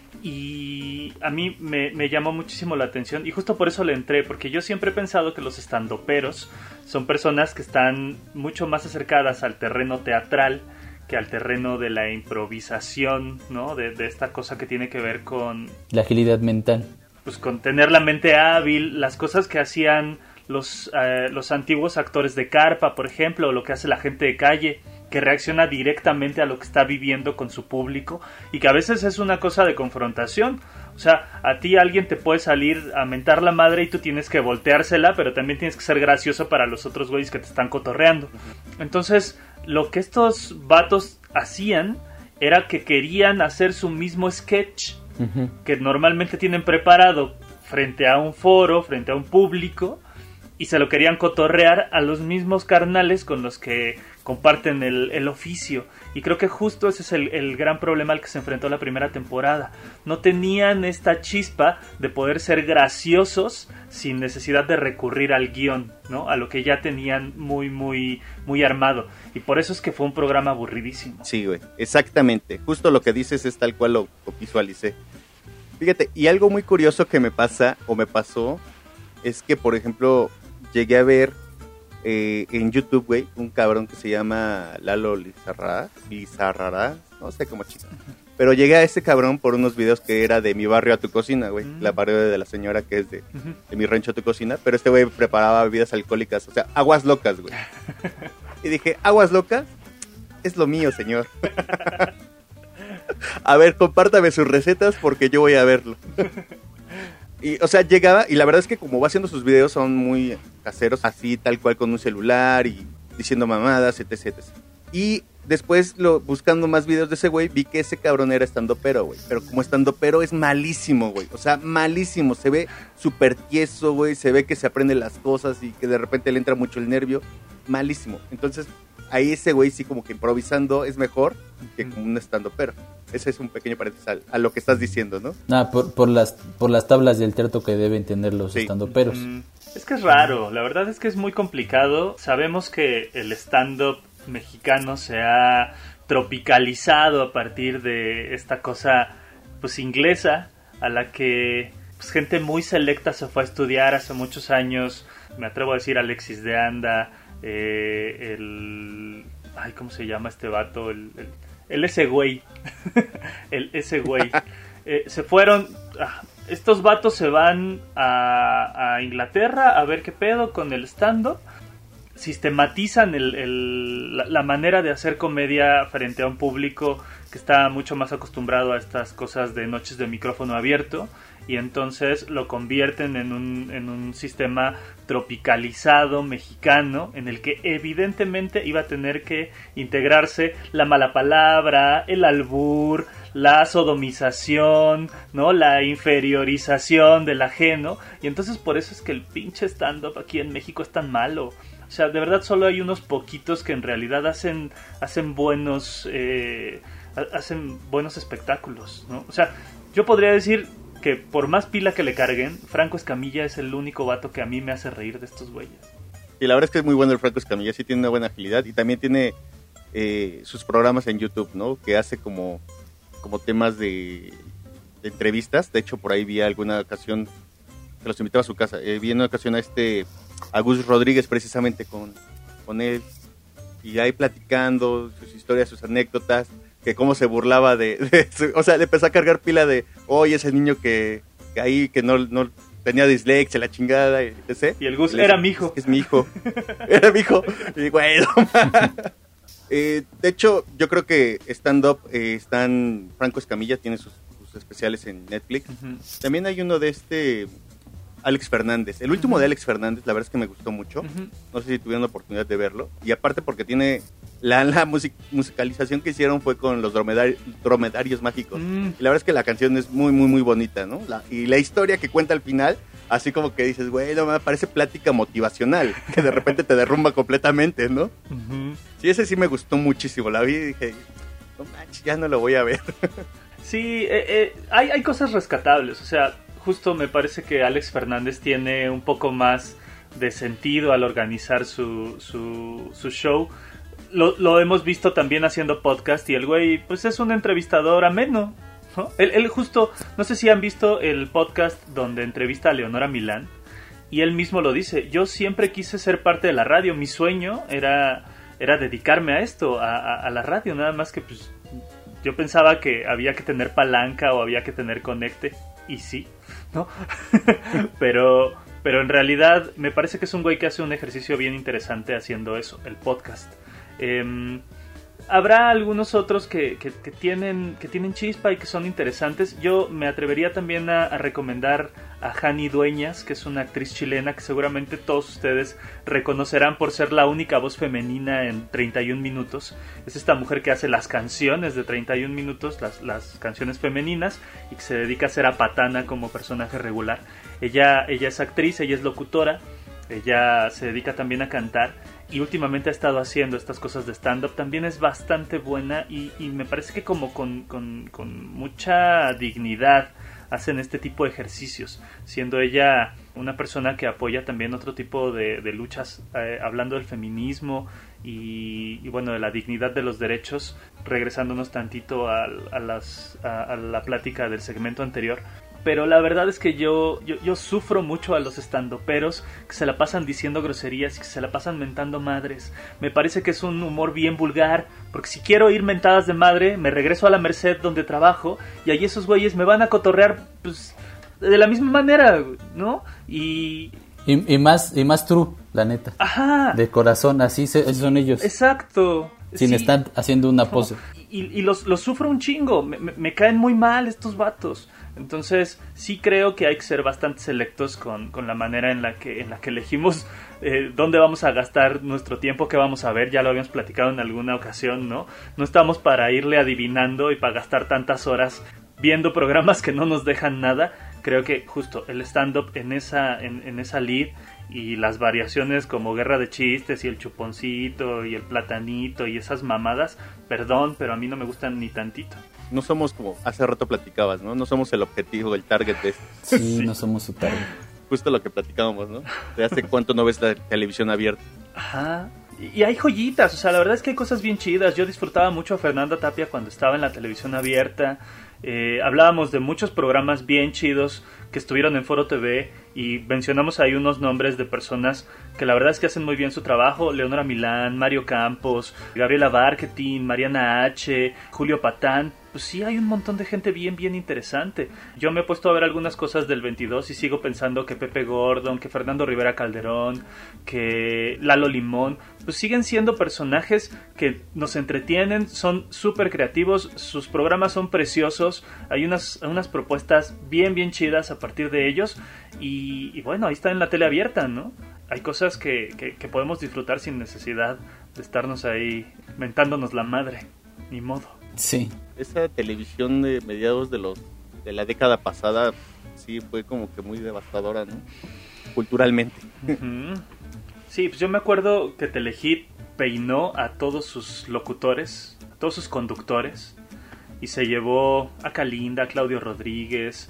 Y a mí me, me llamó muchísimo la atención y justo por eso le entré, porque yo siempre he pensado que los estandoperos son personas que están mucho más acercadas al terreno teatral que al terreno de la improvisación, ¿no? De, de esta cosa que tiene que ver con... la agilidad mental. Pues con tener la mente hábil, las cosas que hacían los, eh, los antiguos actores de carpa, por ejemplo, o lo que hace la gente de calle, que reacciona directamente a lo que está viviendo con su público y que a veces es una cosa de confrontación. O sea, a ti alguien te puede salir a mentar la madre y tú tienes que volteársela, pero también tienes que ser gracioso para los otros güeyes que te están cotorreando. Entonces, lo que estos vatos hacían era que querían hacer su mismo sketch uh-huh. que normalmente tienen preparado frente a un foro, frente a un público, y se lo querían cotorrear a los mismos carnales con los que comparten el, el oficio. Y creo que justo ese es el, el gran problema al que se enfrentó la primera temporada. No tenían esta chispa de poder ser graciosos sin necesidad de recurrir al guión, ¿no? A lo que ya tenían muy, muy, muy armado. Y por eso es que fue un programa aburridísimo. Sí, güey, exactamente. Justo lo que dices es tal cual lo, lo visualicé. Fíjate, y algo muy curioso que me pasa, o me pasó, es que, por ejemplo, llegué a ver eh, en YouTube, güey, un cabrón que se llama Lalo Lizarrara, Lizarrara, no sé cómo chica. Pero llegué a ese cabrón por unos videos que era de Mi Barrio a Tu Cocina, güey. Mm. La parodia de la señora que es de, uh-huh. de Mi Rancho a Tu Cocina. Pero este güey preparaba bebidas alcohólicas, o sea, aguas locas, güey. Y dije, aguas locas es lo mío, señor. A ver, compártame sus recetas porque yo voy a verlo. Y, o sea, llegaba, y la verdad es que como va haciendo sus videos son muy caseros, así tal cual con un celular y diciendo mamadas, etcétera, etcétera. Y después, lo, buscando más videos de ese güey, vi que ese cabrón era estandopero, güey. Pero como estandopero es malísimo, güey. O sea, malísimo. Se ve súper tieso, güey. Se ve que se aprende las cosas y que de repente le entra mucho el nervio. Malísimo. Entonces, ahí ese güey sí como que improvisando es mejor que como un estandopero. Ese es un pequeño paréntesis a, a lo que estás diciendo, ¿no? Ah, por, por las por las tablas del teatro que deben tener los sí. estandoperos. Mm, es que es raro. La verdad es que es muy complicado. Sabemos que el stand-up mexicano se ha tropicalizado a partir de esta cosa pues inglesa a la que pues, gente muy selecta se fue a estudiar hace muchos años. Me atrevo a decir Alexis de Anda, eh, el ay cómo se llama este vato, el, el, el ese güey el ese güey eh, se fueron ah, estos vatos se van a, a Inglaterra a ver qué pedo con el stand-up. Sistematizan el, el, la, la manera de hacer comedia frente a un público que está mucho más acostumbrado a estas cosas de noches de micrófono abierto y entonces lo convierten en un, en un sistema tropicalizado mexicano en el que evidentemente iba a tener que integrarse la mala palabra, el albur, la sodomización, ¿no? La inferiorización del ajeno y entonces por eso es que el pinche stand-up aquí en México es tan malo. O sea, de verdad solo hay unos poquitos que en realidad hacen hacen buenos eh, hacen buenos espectáculos, ¿no? O sea, yo podría decir que por más pila que le carguen, Franco Escamilla es el único vato que a mí me hace reír de estos güeyes. Y la verdad es que es muy bueno el Franco Escamilla, sí tiene una buena agilidad y también tiene eh, sus programas en YouTube, ¿no? Que hace como, como temas de, de entrevistas. De hecho, por ahí vi alguna ocasión que los invitaba a su casa. Eh, vi en una ocasión a este a Gus Rodríguez precisamente con, con él y ahí platicando sus historias, sus anécdotas, que cómo se burlaba de, de su, o sea, le empezó a cargar pila de oye, ese niño que, que ahí que no, no tenía dislexia, la chingada, etcétera. Y el Gus era mi hijo. Es mi hijo. Era mi hijo. Y güey, no eh, de hecho, yo creo que stand-up eh, están Franco Escamilla tiene sus, sus especiales en Netflix. Uh-huh. También hay uno de este Alex Fernández. El último uh-huh. de Alex Fernández, la verdad es que me gustó mucho. Uh-huh. No sé si tuvieron la oportunidad de verlo. Y aparte porque tiene... La, la music, musicalización que hicieron fue con los dromedari, dromedarios mágicos. Mm. Y la verdad es que la canción es muy, muy, muy bonita, ¿no? La, y la historia que cuenta al final, así como que dices, güey, no me parece plática motivacional, que de repente te derrumba completamente, ¿no? Uh-huh. Sí, ese sí me gustó muchísimo. La vi y dije, no manches, ya no lo voy a ver. Sí, eh, eh, hay, hay cosas rescatables. O sea, justo me parece que Alex Fernández tiene un poco más de sentido al organizar su, su, su show. Lo, lo hemos visto también haciendo podcast y el güey pues es un entrevistador ameno, ¿no? Él, él justo, no sé si han visto el podcast donde entrevista a Leonora Milán y él mismo lo dice, yo siempre quise ser parte de la radio, mi sueño era, era dedicarme a esto, a, a, a la radio, nada más que pues yo pensaba que había que tener palanca o había que tener conecte y sí, ¿no? pero, pero en realidad me parece que es un güey que hace un ejercicio bien interesante haciendo eso, el podcast. Eh, habrá algunos otros que, que, que, tienen, que tienen chispa y que son interesantes. Yo me atrevería también a, a recomendar a Jani Dueñas, que es una actriz chilena que seguramente todos ustedes reconocerán por ser la única voz femenina en treinta y un minutos. Es esta mujer que hace las canciones de treinta y un minutos, las, las canciones femeninas, y que se dedica a ser a Patana como personaje regular. Ella, ella es actriz, ella es locutora, ella se dedica también a cantar y últimamente ha estado haciendo estas cosas de stand-up. También es bastante buena y, y me parece que como con, con, con mucha dignidad hacen este tipo de ejercicios, siendo ella una persona que apoya también otro tipo de, de luchas, eh, hablando del feminismo y, y bueno, de la dignidad de los derechos, regresándonos tantito a, a, las, a, a la plática del segmento anterior. Pero la verdad es que yo, yo, yo sufro mucho a los estandoperos que se la pasan diciendo groserías y que se la pasan mentando madres. Me parece que es un humor bien vulgar, porque si quiero oír mentadas de madre, me regreso a la Merced donde trabajo y ahí esos güeyes me van a cotorrear pues de la misma manera, ¿no? Y... Y, y más y más true, la neta. Ajá. De corazón, así se, son ellos. Exacto. Sin sí. estar haciendo una pose. Y, y los, los sufro un chingo, me, me, me caen muy mal estos vatos. Entonces sí creo que hay que ser bastante selectos con, con la manera en la que, en la que elegimos eh, dónde vamos a gastar nuestro tiempo, qué vamos a ver. Ya lo habíamos platicado en alguna ocasión, ¿no? No estamos para irle adivinando y para gastar tantas horas viendo programas que no nos dejan nada. Creo que justo el stand-up en esa, en, en esa lead y las variaciones como Guerra de Chistes y el Chuponcito y el Platanito y esas mamadas, perdón, pero a mí no me gustan ni tantito. No somos como hace rato platicabas, ¿no? No somos el objetivo, el target de esto. Sí, sí, no somos su target. Justo lo que platicábamos, ¿no? ¿De hace cuánto no ves la televisión abierta? Ajá. Y, y hay joyitas, o sea, la verdad es que hay cosas bien chidas. Yo disfrutaba mucho a Fernanda Tapia cuando estaba en la televisión abierta. Eh, hablábamos de muchos programas bien chidos que estuvieron en Foro T V y mencionamos ahí unos nombres de personas que la verdad es que hacen muy bien su trabajo: Leonora Milán, Mario Campos, Gabriela Barquetín, Mariana H., Julio Patán. Pues sí, hay un montón de gente bien, bien interesante. Yo me he puesto a ver algunas cosas del veintidós y sigo pensando que Pepe Gordon, que Fernando Rivera Calderón, que Lalo Limón, pues siguen siendo personajes que nos entretienen, son súper creativos, sus programas son preciosos, hay unas, unas propuestas bien, bien chidas a partir de ellos y, y bueno, ahí está en la tele abierta, ¿no? Hay cosas que, que, que podemos disfrutar sin necesidad de estarnos ahí mentándonos la madre, ni modo. Sí. Esa televisión de mediados de los de la década pasada sí fue como que muy devastadora, ¿no? Culturalmente. Uh-huh. Sí, pues yo me acuerdo que Telehit peinó a todos sus locutores, a todos sus conductores, y se llevó a Kalinda, a Claudio Rodríguez,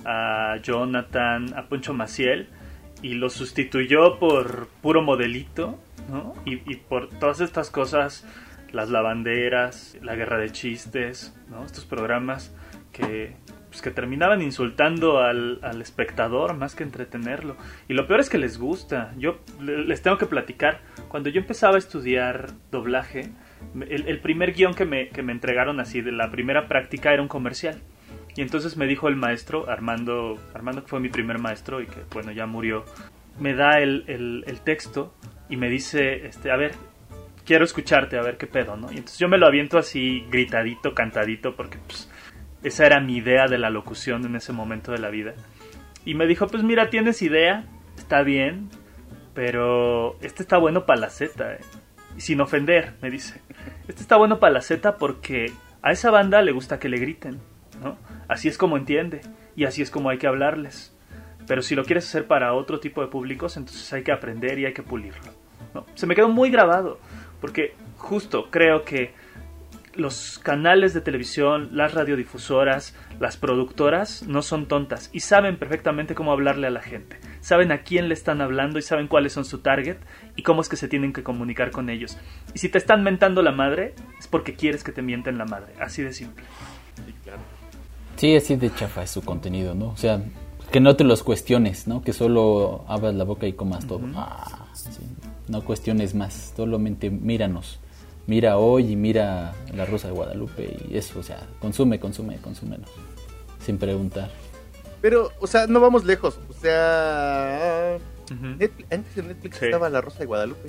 a Jonathan, a Poncho Maciel, y lo sustituyó por puro modelito, ¿no? Y, y por todas estas cosas, las lavanderas, la guerra de chistes, ¿no? Estos programas que, pues, que terminaban insultando al, al espectador más que entretenerlo. Y lo peor es que les gusta. Yo les tengo que platicar. Cuando yo empezaba a estudiar doblaje, el, el primer guión que me, que me entregaron así de la primera práctica era un comercial. Y entonces me dijo el maestro, Armando, Armando que fue mi primer maestro y que bueno ya murió, me da el, el, el texto y me dice, este, a ver, quiero escucharte, a ver qué pedo, ¿no? Y entonces yo me lo aviento así gritadito, cantadito, porque pues esa era mi idea de la locución en ese momento de la vida. Y me dijo, pues mira, tienes idea, está bien, pero este está bueno para la Z, eh. Y sin ofender, me dice. Este está bueno para la Z porque a esa banda le gusta que le griten, ¿no? Así es como entiende, y así es como hay que hablarles. Pero si lo quieres hacer para otro tipo de públicos, entonces hay que aprender y hay que pulirlo, ¿no? Se me quedó muy grabado, porque justo creo que los canales de televisión, las radiodifusoras, las productoras no son tontas y saben perfectamente cómo hablarle a la gente. Saben a quién le están hablando y saben cuáles son su target y cómo es que se tienen que comunicar con ellos. Y si te están mentando la madre, es porque quieres que te mienten la madre. Así de simple. Sí, claro. Sí, así de chafa es su contenido, ¿no? O sea, que no te los cuestiones, ¿no? Que solo abras la boca y comas todo. Uh-huh. Ah, sí. No cuestiones más, solamente míranos. Mira hoy y mira La Rosa de Guadalupe y eso, o sea, consume, consume, consúmenos, sin preguntar. Pero, o sea, no vamos lejos, o sea, uh-huh. Netflix, antes en Netflix sí. estaba La Rosa de Guadalupe.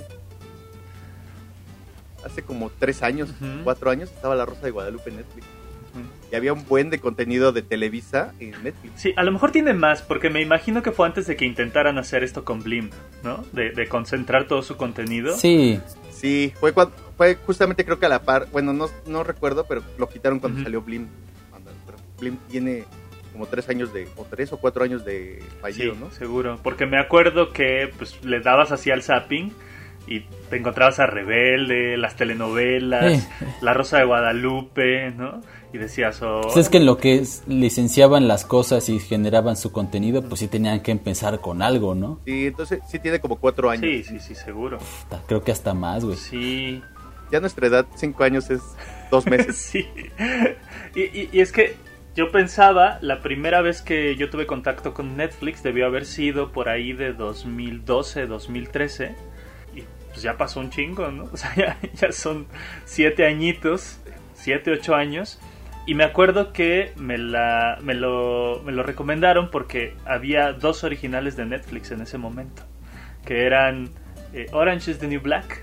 Hace como tres años, uh-huh. cuatro años estaba La Rosa de Guadalupe en Netflix. Y había un buen de contenido de Televisa en Netflix. Sí, a lo mejor tiene más, porque me imagino que fue antes de que intentaran hacer esto con Blim, ¿no? De, de concentrar todo su contenido. Sí. Sí, fue cuando, fue justamente creo que a la par, bueno, no, no recuerdo, pero lo quitaron cuando uh-huh. salió Blim. Pero Blim tiene como tres años de, o tres o cuatro años de fallido, sí, ¿no? Seguro, porque me acuerdo que pues le dabas así al zapping y te encontrabas a Rebelde, las telenovelas, sí. La Rosa de Guadalupe, ¿no? Y decías, oh... Pues es que en lo que es, licenciaban las cosas y generaban su contenido, pues sí tenían que empezar con algo, ¿no? Sí, entonces sí tiene como cuatro años. Sí, sí, sí, seguro. Uf, creo que hasta más, güey. Sí. Ya nuestra edad, cinco años es dos meses. Sí. Y, y, y es que yo pensaba, la primera vez que yo tuve contacto con Netflix debió haber sido por ahí de dos mil doce, dos mil trece. Y pues ya pasó un chingo, ¿no? O sea, ya, ya son siete añitos, siete, ocho años. Y me acuerdo que me, la, me, lo, me lo recomendaron porque había dos originales de Netflix en ese momento. Que eran eh, Orange is the New Black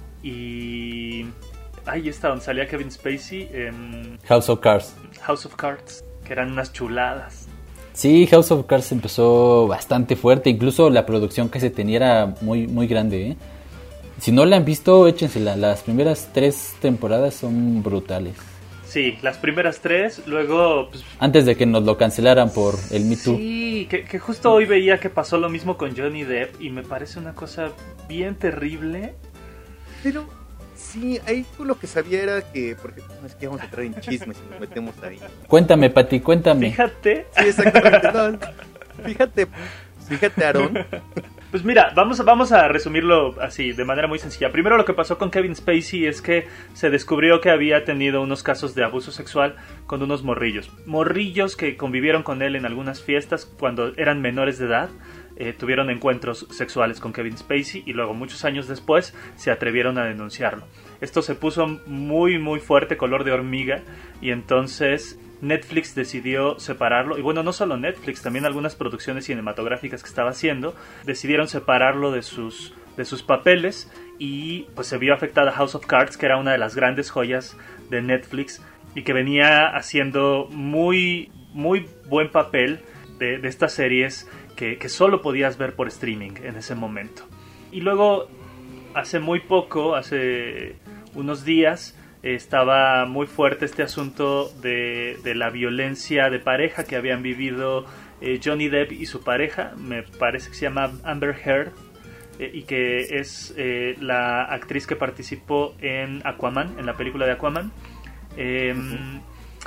y... Ahí está, donde salía Kevin Spacey en... House of Cards. House of Cards, que eran unas chuladas. Sí, House of Cards empezó bastante fuerte. Incluso la producción que se tenía era muy, muy grande, ¿eh? Si no la han visto, échensela. Las primeras tres temporadas son brutales. Sí, las primeras tres, luego... Pues, antes de que nos lo cancelaran por el Me Too. Sí, que, que justo hoy veía que pasó lo mismo con Johnny Depp y me parece una cosa bien terrible. Pero sí, ahí lo que sabía era que... Porque no es que vamos a entrar en chismes si nos metemos ahí. Cuéntame, Pati, cuéntame. Fíjate. Sí, exactamente. No, fíjate, fíjate, Aarón. Pues mira, vamos, vamos a resumirlo así, de manera muy sencilla. Primero, lo que pasó con Kevin Spacey es que se descubrió que había tenido unos casos de abuso sexual con unos morrillos. Morrillos que convivieron con él en algunas fiestas cuando eran menores de edad. Eh, tuvieron encuentros sexuales con Kevin Spacey y luego, muchos años después, se atrevieron a denunciarlo. Esto se puso muy, muy fuerte, color de hormiga, y entonces... Netflix decidió separarlo, y bueno, no solo Netflix, también algunas producciones cinematográficas que estaba haciendo decidieron separarlo de sus, de sus papeles, y pues se vio afectada House of Cards, que era una de las grandes joyas de Netflix y que venía haciendo muy, muy buen papel de, de estas series que, que solo podías ver por streaming en ese momento. Y luego, hace muy poco, hace unos días, estaba muy fuerte este asunto de, de la violencia de pareja que habían vivido eh, Johnny Depp y su pareja, me parece que se llama Amber Heard, eh, y que es eh, la actriz que participó en Aquaman, en la película de Aquaman. Eh, uh-huh.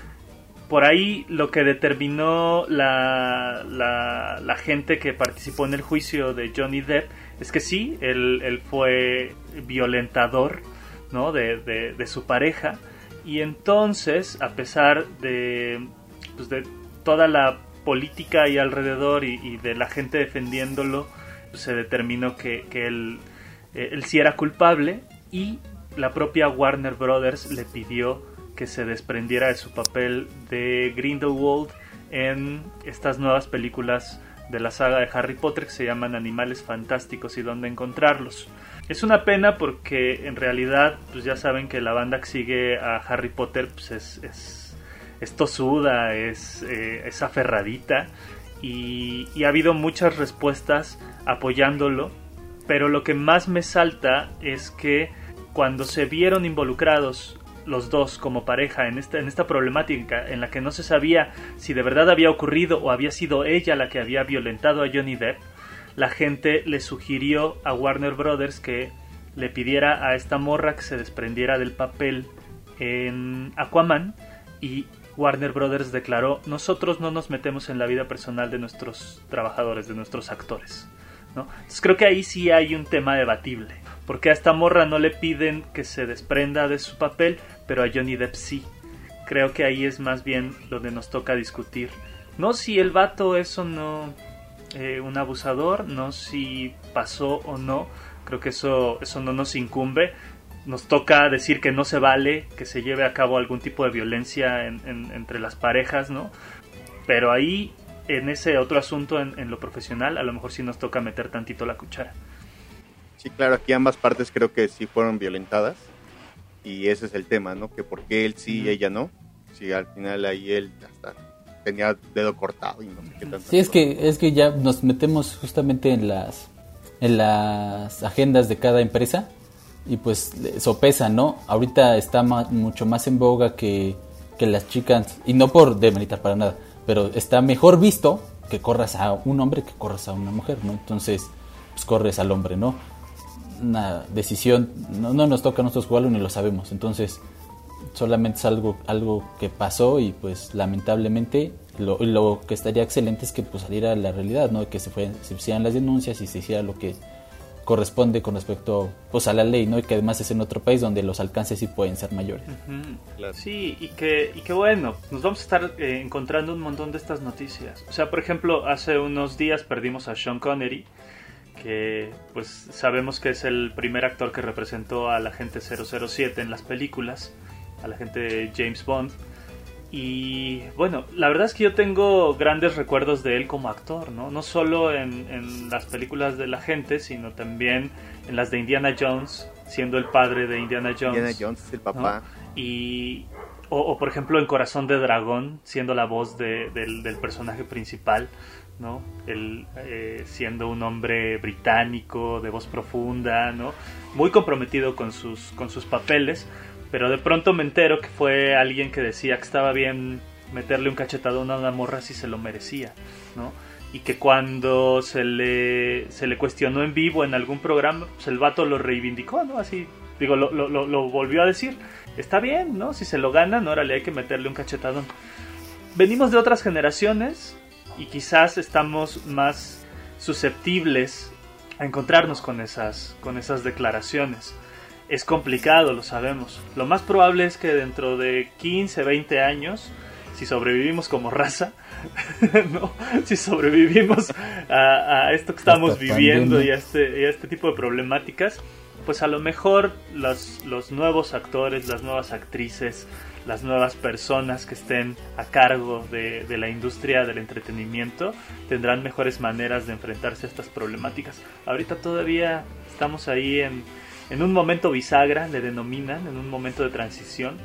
Por ahí lo que determinó la, la, la gente que participó en el juicio de Johnny Depp es que sí, él, él fue violentador, ¿no? de, de, de su pareja, y entonces, a pesar de, pues de toda la política ahí alrededor y, y de la gente defendiéndolo, pues se determinó que, que él, eh, él sí era culpable, y la propia Warner Brothers le pidió que se desprendiera de su papel de Grindelwald en estas nuevas películas de la saga de Harry Potter que se llaman Animales Fantásticos y Dónde Encontrarlos. Es una pena porque en realidad pues ya saben que la banda que sigue a Harry Potter pues es, es, es tosuda, es, eh, es aferradita, y, y ha habido muchas respuestas apoyándolo, pero lo que más me salta es que cuando se vieron involucrados los dos como pareja en esta, en esta problemática en la que no se sabía si de verdad había ocurrido o había sido ella la que había violentado a Johnny Depp, la gente le sugirió a Warner Brothers que le pidiera a esta morra que se desprendiera del papel en Aquaman, y Warner Brothers declaró: nosotros no nos metemos en la vida personal de nuestros trabajadores, de nuestros actores, ¿no? Entonces creo que ahí sí hay un tema debatible, porque a esta morra no le piden que se desprenda de su papel, pero a Johnny Depp sí. Creo que ahí es más bien donde nos toca discutir, no si el vato es o no eh, un abusador, no si pasó o no. Creo que eso, eso no nos incumbe. Nos toca decir que no se vale que se lleve a cabo algún tipo de violencia en, en, entre las parejas, ¿no? Pero ahí, en ese otro asunto, en, en lo profesional, a lo mejor sí nos toca meter tantito la cuchara. Sí, claro, aquí ambas partes creo que sí fueron violentadas, y ese es el tema, ¿no? Que por qué él sí y ella no. Si al final ahí él hasta tenía dedo cortado y no sé qué tanto. Sí, es que, es que ya nos metemos justamente en las, en las agendas de cada empresa, y pues sopesa, ¿no? Ahorita está ma- mucho más en boga que, que las chicas, y no por demeritar para nada, pero está mejor visto que corras a un hombre que corras a una mujer, ¿no? Entonces, pues corres al hombre, ¿no? Una decisión, no, no nos toca a nosotros jugarlo ni lo sabemos, entonces solamente es algo, algo que pasó, y pues lamentablemente lo, lo que estaría excelente es que pues saliera la realidad, ¿no? Que se, fue, se hicieran las denuncias y se hiciera lo que corresponde con respecto pues a la ley, ¿no? Y que además es en otro país donde los alcances sí pueden ser mayores. Uh-huh. Claro. Sí, y que, y que bueno, nos vamos a estar eh, encontrando un montón de estas noticias. O sea, por ejemplo, hace unos días perdimos a Sean Connery, que pues sabemos que es el primer actor que representó al agente cero cero siete en las películas, al agente James Bond. Y bueno, la verdad es que yo tengo grandes recuerdos de él como actor, ¿no? No solo en, en las películas del agente, sino también en las de Indiana Jones, siendo el padre de Indiana Jones. Indiana Jones es el papá. ¿No? Y, o, o por ejemplo en Corazón de Dragón, siendo la voz de, del, del personaje principal, ¿no? Él eh, siendo un hombre británico, de voz profunda, ¿no? Muy comprometido con sus, con sus papeles. Pero de pronto me entero que fue alguien que decía que estaba bien meterle un cachetadón a una morra si se lo merecía, ¿no? Y que cuando se le, se le cuestionó en vivo en algún programa, pues el vato lo reivindicó, ¿no? Así, digo, lo, lo, lo volvió a decir. Está bien, ¿no? Si se lo ganan, órale, hay que meterle un cachetadón. Venimos de otras generaciones y quizás estamos más susceptibles a encontrarnos con esas, con esas declaraciones. Es complicado, lo sabemos. Lo más probable es que dentro de quince, veinte años, si sobrevivimos como raza, ¿no? Si sobrevivimos a, a esto que estamos Hasta viviendo y a, este, y a este tipo de problemáticas, pues a lo mejor los, los nuevos actores, las nuevas actrices, las nuevas personas que estén a cargo de, de la industria del entretenimiento tendrán mejores maneras de enfrentarse a estas problemáticas. Ahorita todavía estamos ahí en... en un momento bisagra, le denominan, en un momento de transición,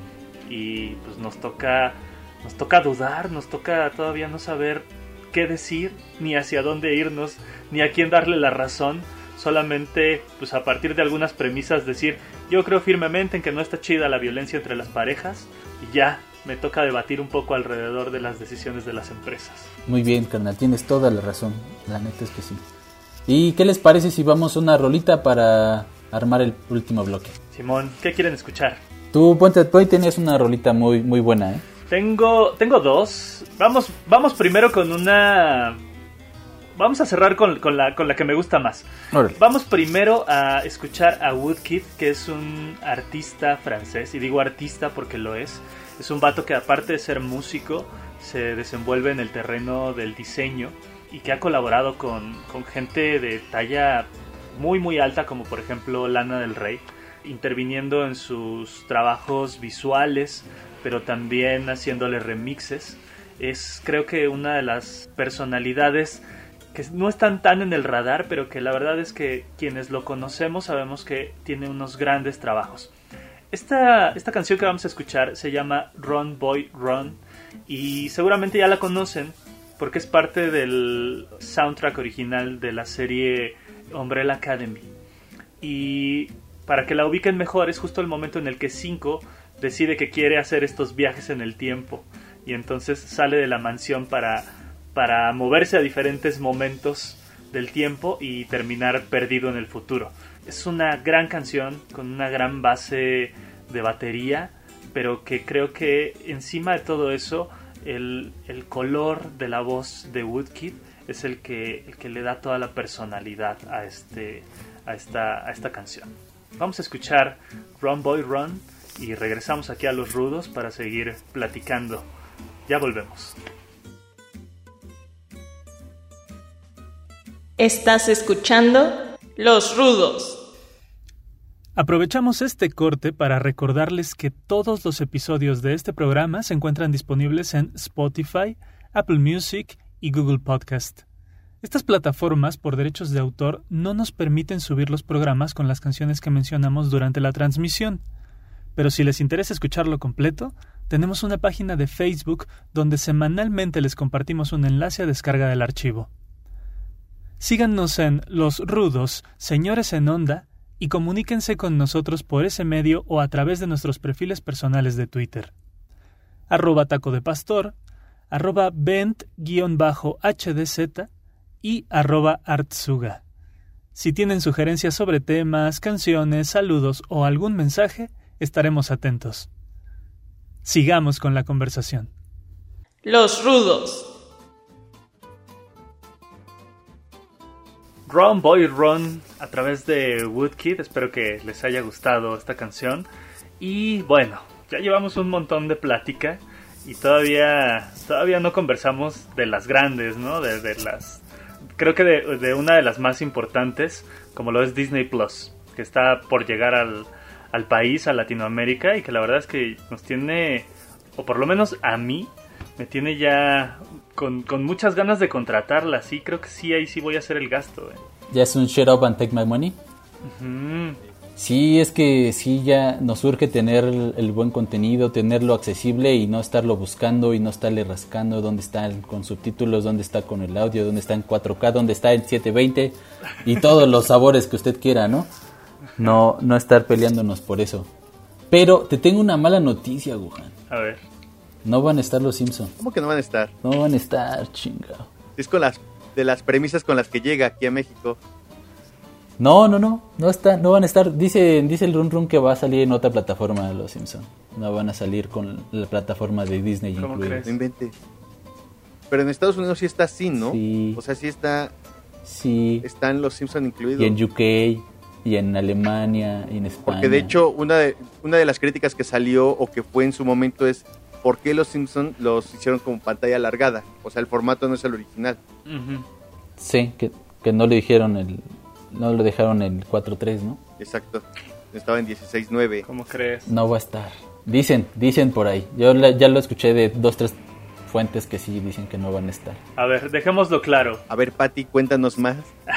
y pues nos toca nos toca dudar, nos toca todavía no saber qué decir, ni hacia dónde irnos, ni a quién darle la razón. Solamente pues a partir de algunas premisas decir: yo creo firmemente en que no está chida la violencia entre las parejas, y ya me toca debatir un poco alrededor de las decisiones de las empresas. Muy bien, carnal, tienes toda la razón, la neta es que sí. ¿Y qué les parece si vamos a una rolita para armar el último bloque? Simón, ¿qué quieren escuchar? Tú, Puente, hoy tenías una rolita muy muy buena, ¿eh? Tengo tengo dos. Vamos vamos primero con una... Vamos a cerrar con, con, la, con la que me gusta más. Órale. Vamos primero a escuchar a Woodkid, que es un artista francés. Y digo artista porque lo es. Es un vato que, aparte de ser músico, se desenvuelve en el terreno del diseño, y que ha colaborado con, con gente de talla muy muy alta, como por ejemplo Lana del Rey, interviniendo en sus trabajos visuales, pero también haciéndole remixes. Es, creo que, una de las personalidades que no están tan en el radar, pero que la verdad es que quienes lo conocemos sabemos que tiene unos grandes trabajos. Esta, esta canción que vamos a escuchar se llama Run Boy Run, y seguramente ya la conocen porque es parte del soundtrack original de la serie Umbrella Academy. Y para que la ubiquen mejor, es justo el momento en el que Cinco decide que quiere hacer estos viajes en el tiempo, y entonces sale de la mansión para, para moverse a diferentes momentos del tiempo y terminar perdido en el futuro. Es una gran canción con una gran base de batería, pero que creo que encima de todo eso el, el color de la voz de Woodkid es el que, el que le da toda la personalidad a, este, a, esta, a esta canción. Vamos a escuchar Run Boy Run y regresamos aquí a Los Rudos para seguir platicando. Ya volvemos. Estás escuchando Los Rudos. Aprovechamos este corte para recordarles que todos los episodios de este programa se encuentran disponibles en Spotify, Apple Music y Google Podcast. Estas plataformas, por derechos de autor, no nos permiten subir los programas con las canciones que mencionamos durante la transmisión. Pero si les interesa escucharlo completo, tenemos una página de Facebook donde semanalmente les compartimos un enlace a descarga del archivo. Síganos en Los Rudos, Señores en Onda, y comuníquense con nosotros por ese medio o a través de nuestros perfiles personales de Twitter. Arroba Taco de Pastor, arroba Bent-H D Z y arroba Artsuga. Si tienen sugerencias sobre temas, canciones, saludos o algún mensaje, estaremos atentos. Sigamos con la conversación. Los Rudos. Run Boy Run a través de Woodkid. Espero que les haya gustado esta canción. Y bueno, ya llevamos un montón de plática y todavía todavía no conversamos de las grandes, ¿no? De, de las creo que de, de una de las más importantes, como lo es Disney Plus, que está por llegar al, al país, a Latinoamérica, y que la verdad es que nos tiene, o por lo menos a mí, me tiene ya con, con muchas ganas de contratarla. Sí, creo que sí, ahí sí voy a hacer el gasto. Eh. ¿Ya es un shut up and take my money? Uh-huh. Sí, es que sí, ya nos urge tener el, el buen contenido, tenerlo accesible y no estarlo buscando y no estarle rascando dónde está con subtítulos, dónde está con el audio, dónde está en cuatro K, dónde está en setecientos veinte y todos los sabores que usted quiera, ¿no? No, no estar peleándonos por eso. Pero te tengo una mala noticia, Gohan. A ver. No van a estar los Simpsons. ¿Cómo que no van a estar? No van a estar, chingado. Es con las de las premisas con las que llega aquí a México. No, no, no, no está, no van a estar. Dice, dice el Run Run que va a salir en otra plataforma de los Simpsons. No van a salir con la plataforma de Disney incluida. No inventes. Pero en Estados Unidos sí está así, ¿no? Sí. O sea, sí está. Sí. Están los Simpsons incluidos. Y en U K, y en Alemania, y en España. Porque de hecho, una de, una de las críticas que salió o que fue en su momento es ¿por qué los Simpsons los hicieron como pantalla alargada? O sea, el formato no es el original. Uh-huh. Sí, que, que no le dijeron el... No lo dejaron en cuatro tres, ¿no? Exacto. Estaba en dieciséis nueve. ¿Cómo crees? No va a estar. Dicen, dicen por ahí. Yo la, ya lo escuché de dos, tres fuentes que sí dicen que no van a estar. A ver, dejémoslo claro. A ver, Pati, cuéntanos más.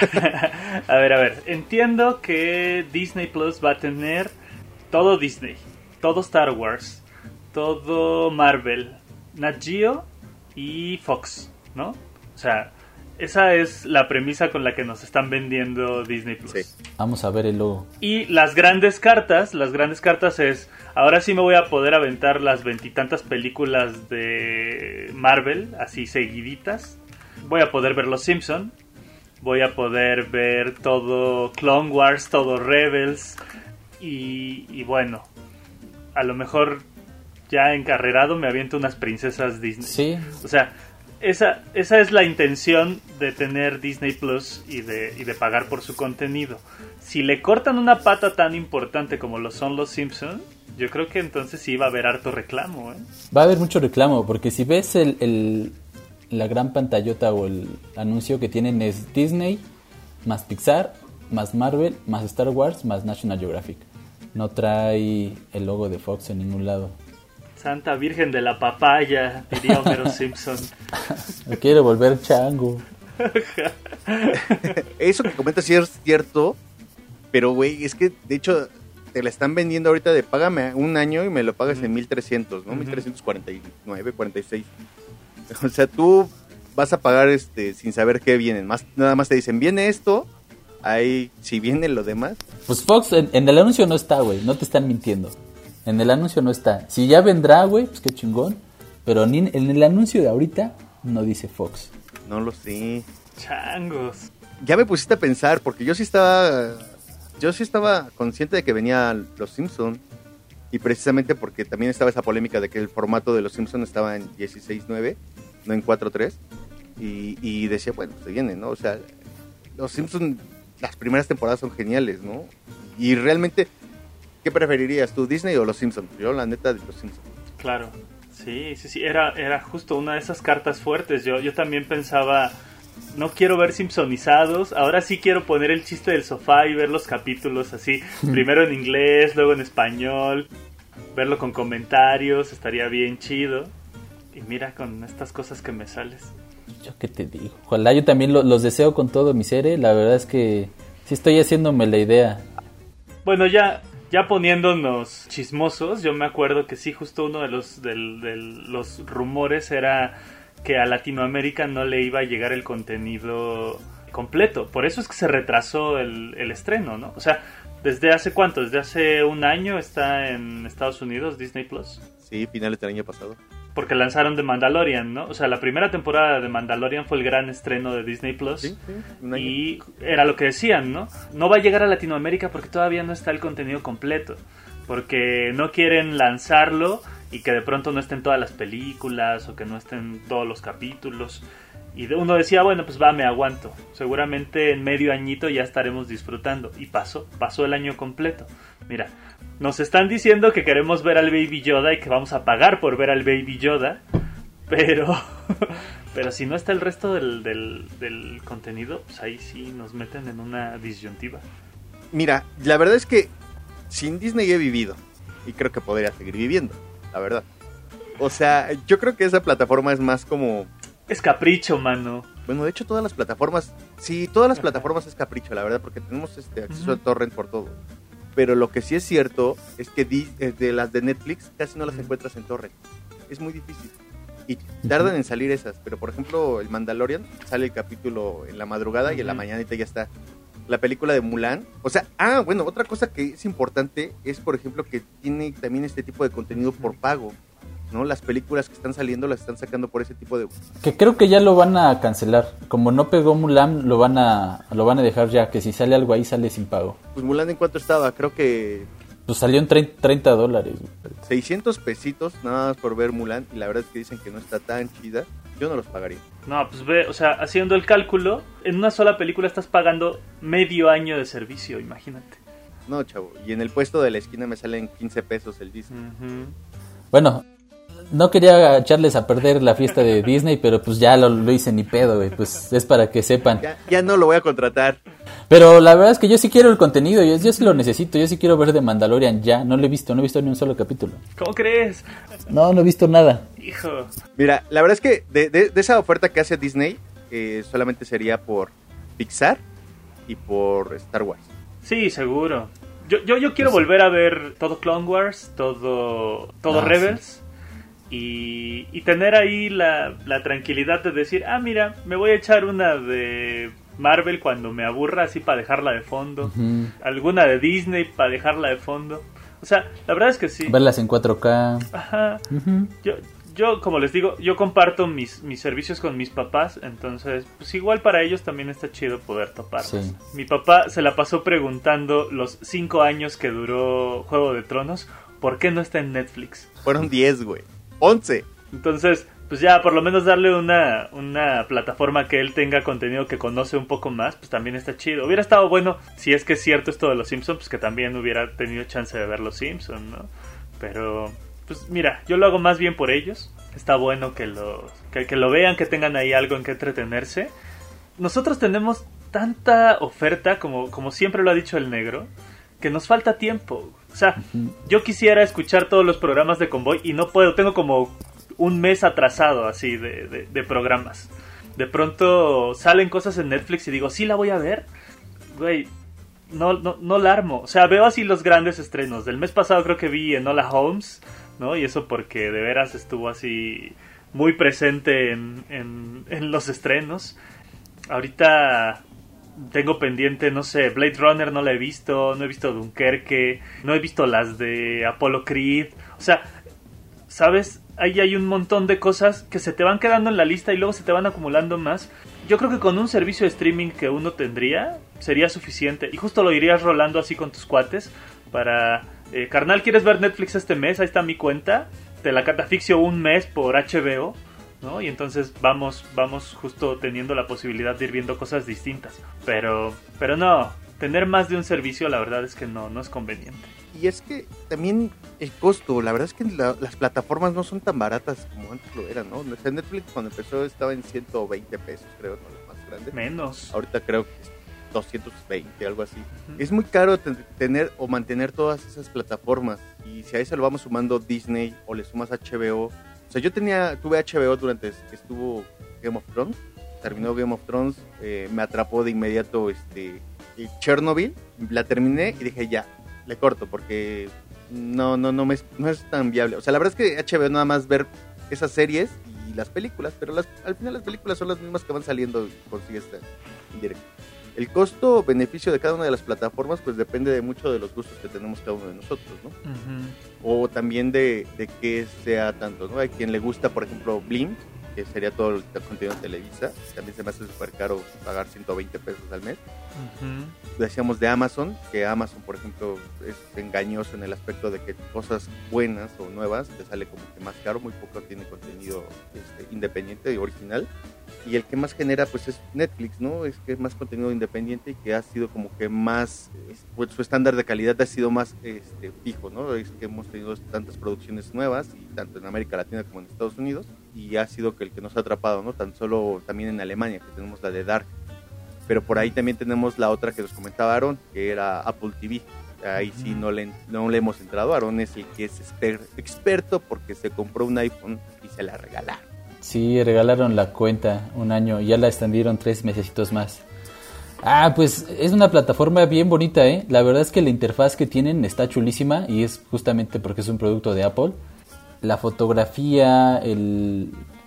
A ver, a ver. Entiendo que Disney Plus va a tener todo Disney, todo Star Wars, todo Marvel, Nat Geo y Fox, ¿no? O sea, esa es la premisa con la que nos están vendiendo Disney Plus. Sí. Vamos a ver el logo. Y las grandes cartas, las grandes cartas es, ahora sí me voy a poder aventar las veintitantas películas de Marvel, así seguiditas. Voy a poder ver Los Simpson, voy a poder ver todo Clone Wars, todo Rebels, y, y bueno, a lo mejor ya encarrerado me aviento unas princesas Disney. Sí. O sea, esa, esa es la intención de tener Disney Plus y de, y de pagar por su contenido. Si le cortan una pata tan importante como lo son los Simpsons, yo creo que entonces sí va a haber harto reclamo, ¿eh? Va a haber mucho reclamo, porque si ves el, el la gran pantallota o el anuncio que tienen es Disney, más Pixar, más Marvel, más Star Wars, más National Geographic. No trae el logo de Fox en ningún lado. Santa Virgen de la Papaya, diría Homero Simpson. Me quiero volver chango. Eso que comentas sí es cierto, pero güey, es que de hecho te la están vendiendo ahorita de págame un año y me lo pagas uh-huh. en mil trescientos, ¿no? Uh-huh. mil trescientos cuarenta y nueve, cuarenta y seis. O sea, tú vas a pagar este sin saber qué vienen. Más, nada más te dicen, viene esto, ahí si viene lo demás. Pues Fox en, en el anuncio no está, güey, no te están mintiendo. En el anuncio no está. Si ya vendrá, güey, pues qué chingón. Pero ni en el anuncio de ahorita no dice Fox. No lo sé. Changos. Ya me pusiste a pensar, porque yo sí estaba... Yo sí estaba consciente de que venían Los Simpson. Y precisamente porque también estaba esa polémica de que el formato de Los Simpson estaba en dieciséis nueve, no en cuatro tres. Y, y decía, bueno, se viene, ¿no? O sea, Los Simpson, las primeras temporadas son geniales, ¿no? Y realmente, ¿qué preferirías tú, Disney o Los Simpson? Yo, la neta, de Los Simpson. Claro. Sí, sí, sí, era, era justo una de esas cartas fuertes. Yo, yo también pensaba, no quiero ver simpsonizados, ahora sí quiero poner el chiste del sofá y ver los capítulos así, primero en inglés, luego en español, verlo con comentarios, estaría bien chido. Y mira con estas cosas que me sales. Yo qué te digo, ojalá, yo también lo, los deseo con todo mi ser, ¿eh? La verdad es que sí estoy haciéndome la idea. Bueno, ya... Ya poniéndonos chismosos, yo me acuerdo que sí, justo uno de los, del, del, los rumores era que a Latinoamérica no le iba a llegar el contenido completo. Por eso es que se retrasó el, el estreno, ¿no? O sea, ¿desde hace cuánto? ¿Desde hace un año está en Estados Unidos Disney Plus? Sí, finales del año pasado. Porque lanzaron The Mandalorian, ¿no? O sea, la primera temporada de Mandalorian fue el gran estreno de Disney Plus. Sí, sí, un año. Y era lo que decían, ¿no? No va a llegar a Latinoamérica porque todavía no está el contenido completo. Porque no quieren lanzarlo y que de pronto no estén todas las películas o que no estén todos los capítulos. Y uno decía, bueno, pues va, me aguanto. Seguramente en medio añito ya estaremos disfrutando. Y pasó, pasó el año completo. Mira, nos están diciendo que queremos ver al Baby Yoda y que vamos a pagar por ver al Baby Yoda. Pero, pero si no está el resto del, del, del contenido, pues ahí sí nos meten en una disyuntiva. Mira, la verdad es que sin Disney he vivido. Y creo que podría seguir viviendo, la verdad. O sea, yo creo que esa plataforma es más como... Es capricho, mano. Bueno, de hecho todas las plataformas, sí, todas las plataformas es capricho, la verdad, porque tenemos este acceso uh-huh. a torrent por todo. Pero lo que sí es cierto es que di, de las de Netflix casi no las uh-huh. encuentras en torrent. Es muy difícil. Y tardan uh-huh. en salir esas, pero por ejemplo el Mandalorian sale el capítulo en la madrugada uh-huh. y en la mañanita ya está. La película de Mulan, o sea, ah, bueno, otra cosa que es importante es, por ejemplo, que tiene también este tipo de contenido por pago. ¿No? Las películas que están saliendo las están sacando por ese tipo de... Que creo que ya lo van a cancelar. Como no pegó Mulan, lo van a lo van a dejar ya, que si sale algo ahí sale sin pago. Pues Mulan, ¿en cuánto estaba? Creo que... Pues salió en treinta dólares. seiscientos pesitos nada más por ver Mulan, y la verdad es que dicen que no está tan chida. Yo no los pagaría. No, pues ve, o sea, haciendo el cálculo, en una sola película estás pagando medio año de servicio, imagínate. No, chavo, y en el puesto de la esquina me salen quince pesos el Disney. Uh-huh. Bueno... No quería echarles a perder la fiesta de Disney, pero pues ya lo, lo hice ni pedo, güey. Pues es para que sepan. Ya, ya no lo voy a contratar. Pero la verdad es que yo sí quiero el contenido, yo, yo sí lo necesito, yo sí quiero ver de Mandalorian ya. No lo he visto, no he visto ni un solo capítulo. ¿Cómo crees? No, no he visto nada. Hijo. Mira, la verdad es que de, de, de esa oferta que hace Disney, eh, solamente sería por Pixar y por Star Wars. Sí, seguro. Yo, yo, yo quiero pues, volver a ver todo Clone Wars, todo, todo ah, Rebels. Sí. Y, y tener ahí la, la tranquilidad de decir, ah, mira, me voy a echar una de Marvel cuando me aburra, así para dejarla de fondo. Uh-huh. Alguna de Disney para dejarla de fondo. O sea, la verdad es que sí. Verlas en cuatro K. Ajá. Uh-huh. Yo, yo, como les digo, yo comparto mis, mis servicios con mis papás, entonces, pues igual para ellos también está chido poder toparlas. Sí. Mi papá se la pasó preguntando los cinco años que duró Juego de Tronos, ¿por qué no está en Netflix? Fueron diez, güey. once. Entonces, pues ya por lo menos darle una, una plataforma que él tenga contenido que conoce un poco más, pues también está chido. Hubiera estado bueno, si es que es cierto esto de los Simpsons, pues que también hubiera tenido chance de ver los Simpsons, ¿no? Pero, pues mira, yo lo hago más bien por ellos. Está bueno que lo, que, que lo vean, que tengan ahí algo en que entretenerse. Nosotros tenemos tanta oferta, como, como siempre lo ha dicho el negro, que nos falta tiempo. O sea, uh-huh. yo quisiera escuchar todos los programas de Convoy y no puedo, tengo como un mes atrasado así de, de, de programas. De pronto salen cosas en Netflix y digo, sí la voy a ver. Güey, no, no, no la armo. O sea, veo así los grandes estrenos. Del mes pasado creo que vi Enola Holmes, ¿no? Y eso porque de veras estuvo así muy presente en, en, en los estrenos. Ahorita tengo pendiente, no sé, Blade Runner no la he visto, no he visto Dunkerque, no he visto las de Apollo Creed. O sea, ¿sabes? Ahí hay un montón de cosas que se te van quedando en la lista y luego se te van acumulando más. Yo creo que con un servicio de streaming que uno tendría sería suficiente. Y justo lo irías rolando así con tus cuates para... Eh, carnal, ¿quieres ver Netflix este mes? Ahí está mi cuenta. Te la catafixio un mes por H B O, ¿no? Y entonces vamos, vamos justo teniendo la posibilidad de ir viendo cosas distintas. Pero, pero no, tener más de un servicio la verdad es que no, no es conveniente. Y es que también el costo, la verdad es que la, las plataformas no son tan baratas como antes lo eran, ¿no? O sea, Netflix cuando empezó estaba en ciento veinte pesos, creo, ¿no? Lo más grande. Menos. Ahorita creo que es doscientos veinte, algo así. Uh-huh. Es muy caro t- tener o mantener todas esas plataformas. Y si a eso le vamos sumando Disney o le sumas H B O. O sea, yo tenía, tuve H B O durante que estuvo Game of Thrones. Terminó Game of Thrones, eh, me atrapó de inmediato este Chernobyl. La terminé y dije ya, le corto porque no, no, no, me, no es tan viable. O sea, la verdad es que H B O nada más ver esas series y las películas, pero las, al final las películas son las mismas que van saliendo y consigues en directo. El costo-beneficio de cada una de las plataformas pues depende de mucho de los gustos que tenemos cada uno de nosotros, ¿no? Uh-huh. O también de, de qué sea tanto, ¿no? Hay quien le gusta, por ejemplo, Blim, que sería todo el contenido de Televisa. También se me hace súper caro pagar ciento veinte pesos al mes. Uh-huh. Decíamos de Amazon, que Amazon, por ejemplo, es engañoso en el aspecto de que cosas buenas o nuevas te sale como que más caro, muy poco tiene contenido este, independiente y original. Y el que más genera pues es Netflix, ¿no? Es que es más contenido independiente y que ha sido como que más, pues su estándar de calidad ha sido más este, fijo, ¿no? Es que hemos tenido tantas producciones nuevas, y tanto en América Latina como en Estados Unidos, y ha sido que el que nos ha atrapado, ¿no? Tan solo también en Alemania, que tenemos la de Dark. Pero por ahí también tenemos la otra que nos comentaba Aaron, que era Apple T V. Ahí sí no le, no le hemos entrado. Aaron es el que es exper- experto porque se compró un iPhone y se la regalaron. Sí, regalaron la cuenta un año y ya la extendieron tres mesecitos más. Ah, pues es una plataforma bien bonita, ¿eh? La verdad es que la interfaz que tienen está chulísima y es justamente porque es un producto de Apple. La fotografía, el,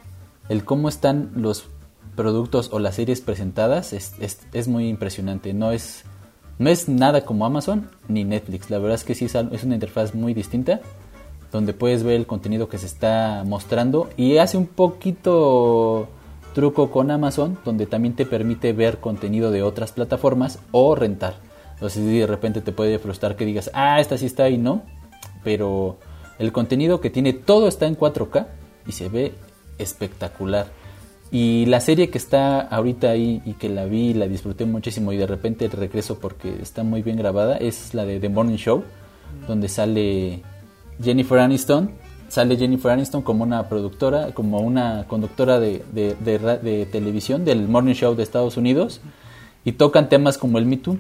el cómo están los productos o las series presentadas es, es, es muy impresionante. No es, no es nada como Amazon ni Netflix. La verdad es que sí es, es una interfaz muy distinta, donde puedes ver el contenido que se está mostrando y hace un poquito truco con Amazon, donde también te permite ver contenido de otras plataformas o rentar. Entonces de repente te puede frustrar que digas, ah, esta sí está y no, pero el contenido que tiene todo está en cuatro K y se ve espectacular. Y la serie que está ahorita ahí y que la vi y la disfruté muchísimo y de repente regreso porque está muy bien grabada es la de The Morning Show, donde sale Jennifer Aniston, sale Jennifer Aniston como una productora, como una conductora de, de, de, de televisión del Morning Show de Estados Unidos y tocan temas como el Me Too,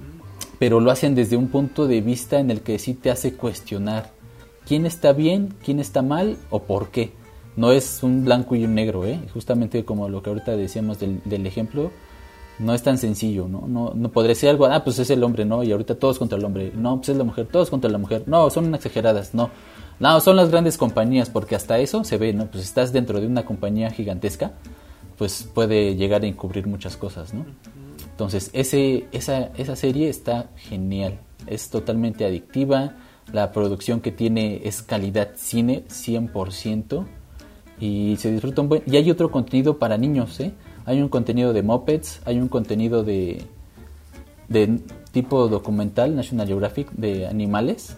pero lo hacen desde un punto de vista en el que sí te hace cuestionar quién está bien, quién está mal o por qué. No es un blanco y un negro, ¿eh? Justamente como lo que ahorita decíamos del, del ejemplo, no es tan sencillo, ¿no? No, no podría ser algo, ah, pues es el hombre, ¿no? Y ahorita todos contra el hombre. No, pues es la mujer, todos contra la mujer. No, son exageradas, no. No, son las grandes compañías, porque hasta eso se ve, ¿no? Pues estás dentro de una compañía gigantesca, pues puede llegar a encubrir muchas cosas, ¿no? Entonces, ese, esa, esa serie está genial. Es totalmente adictiva. La producción que tiene es calidad cine, cien por ciento. Y se disfruta un buen... Y hay otro contenido para niños, ¿eh? Hay un contenido de Muppets, hay un contenido de, de tipo documental, National Geographic, de animales.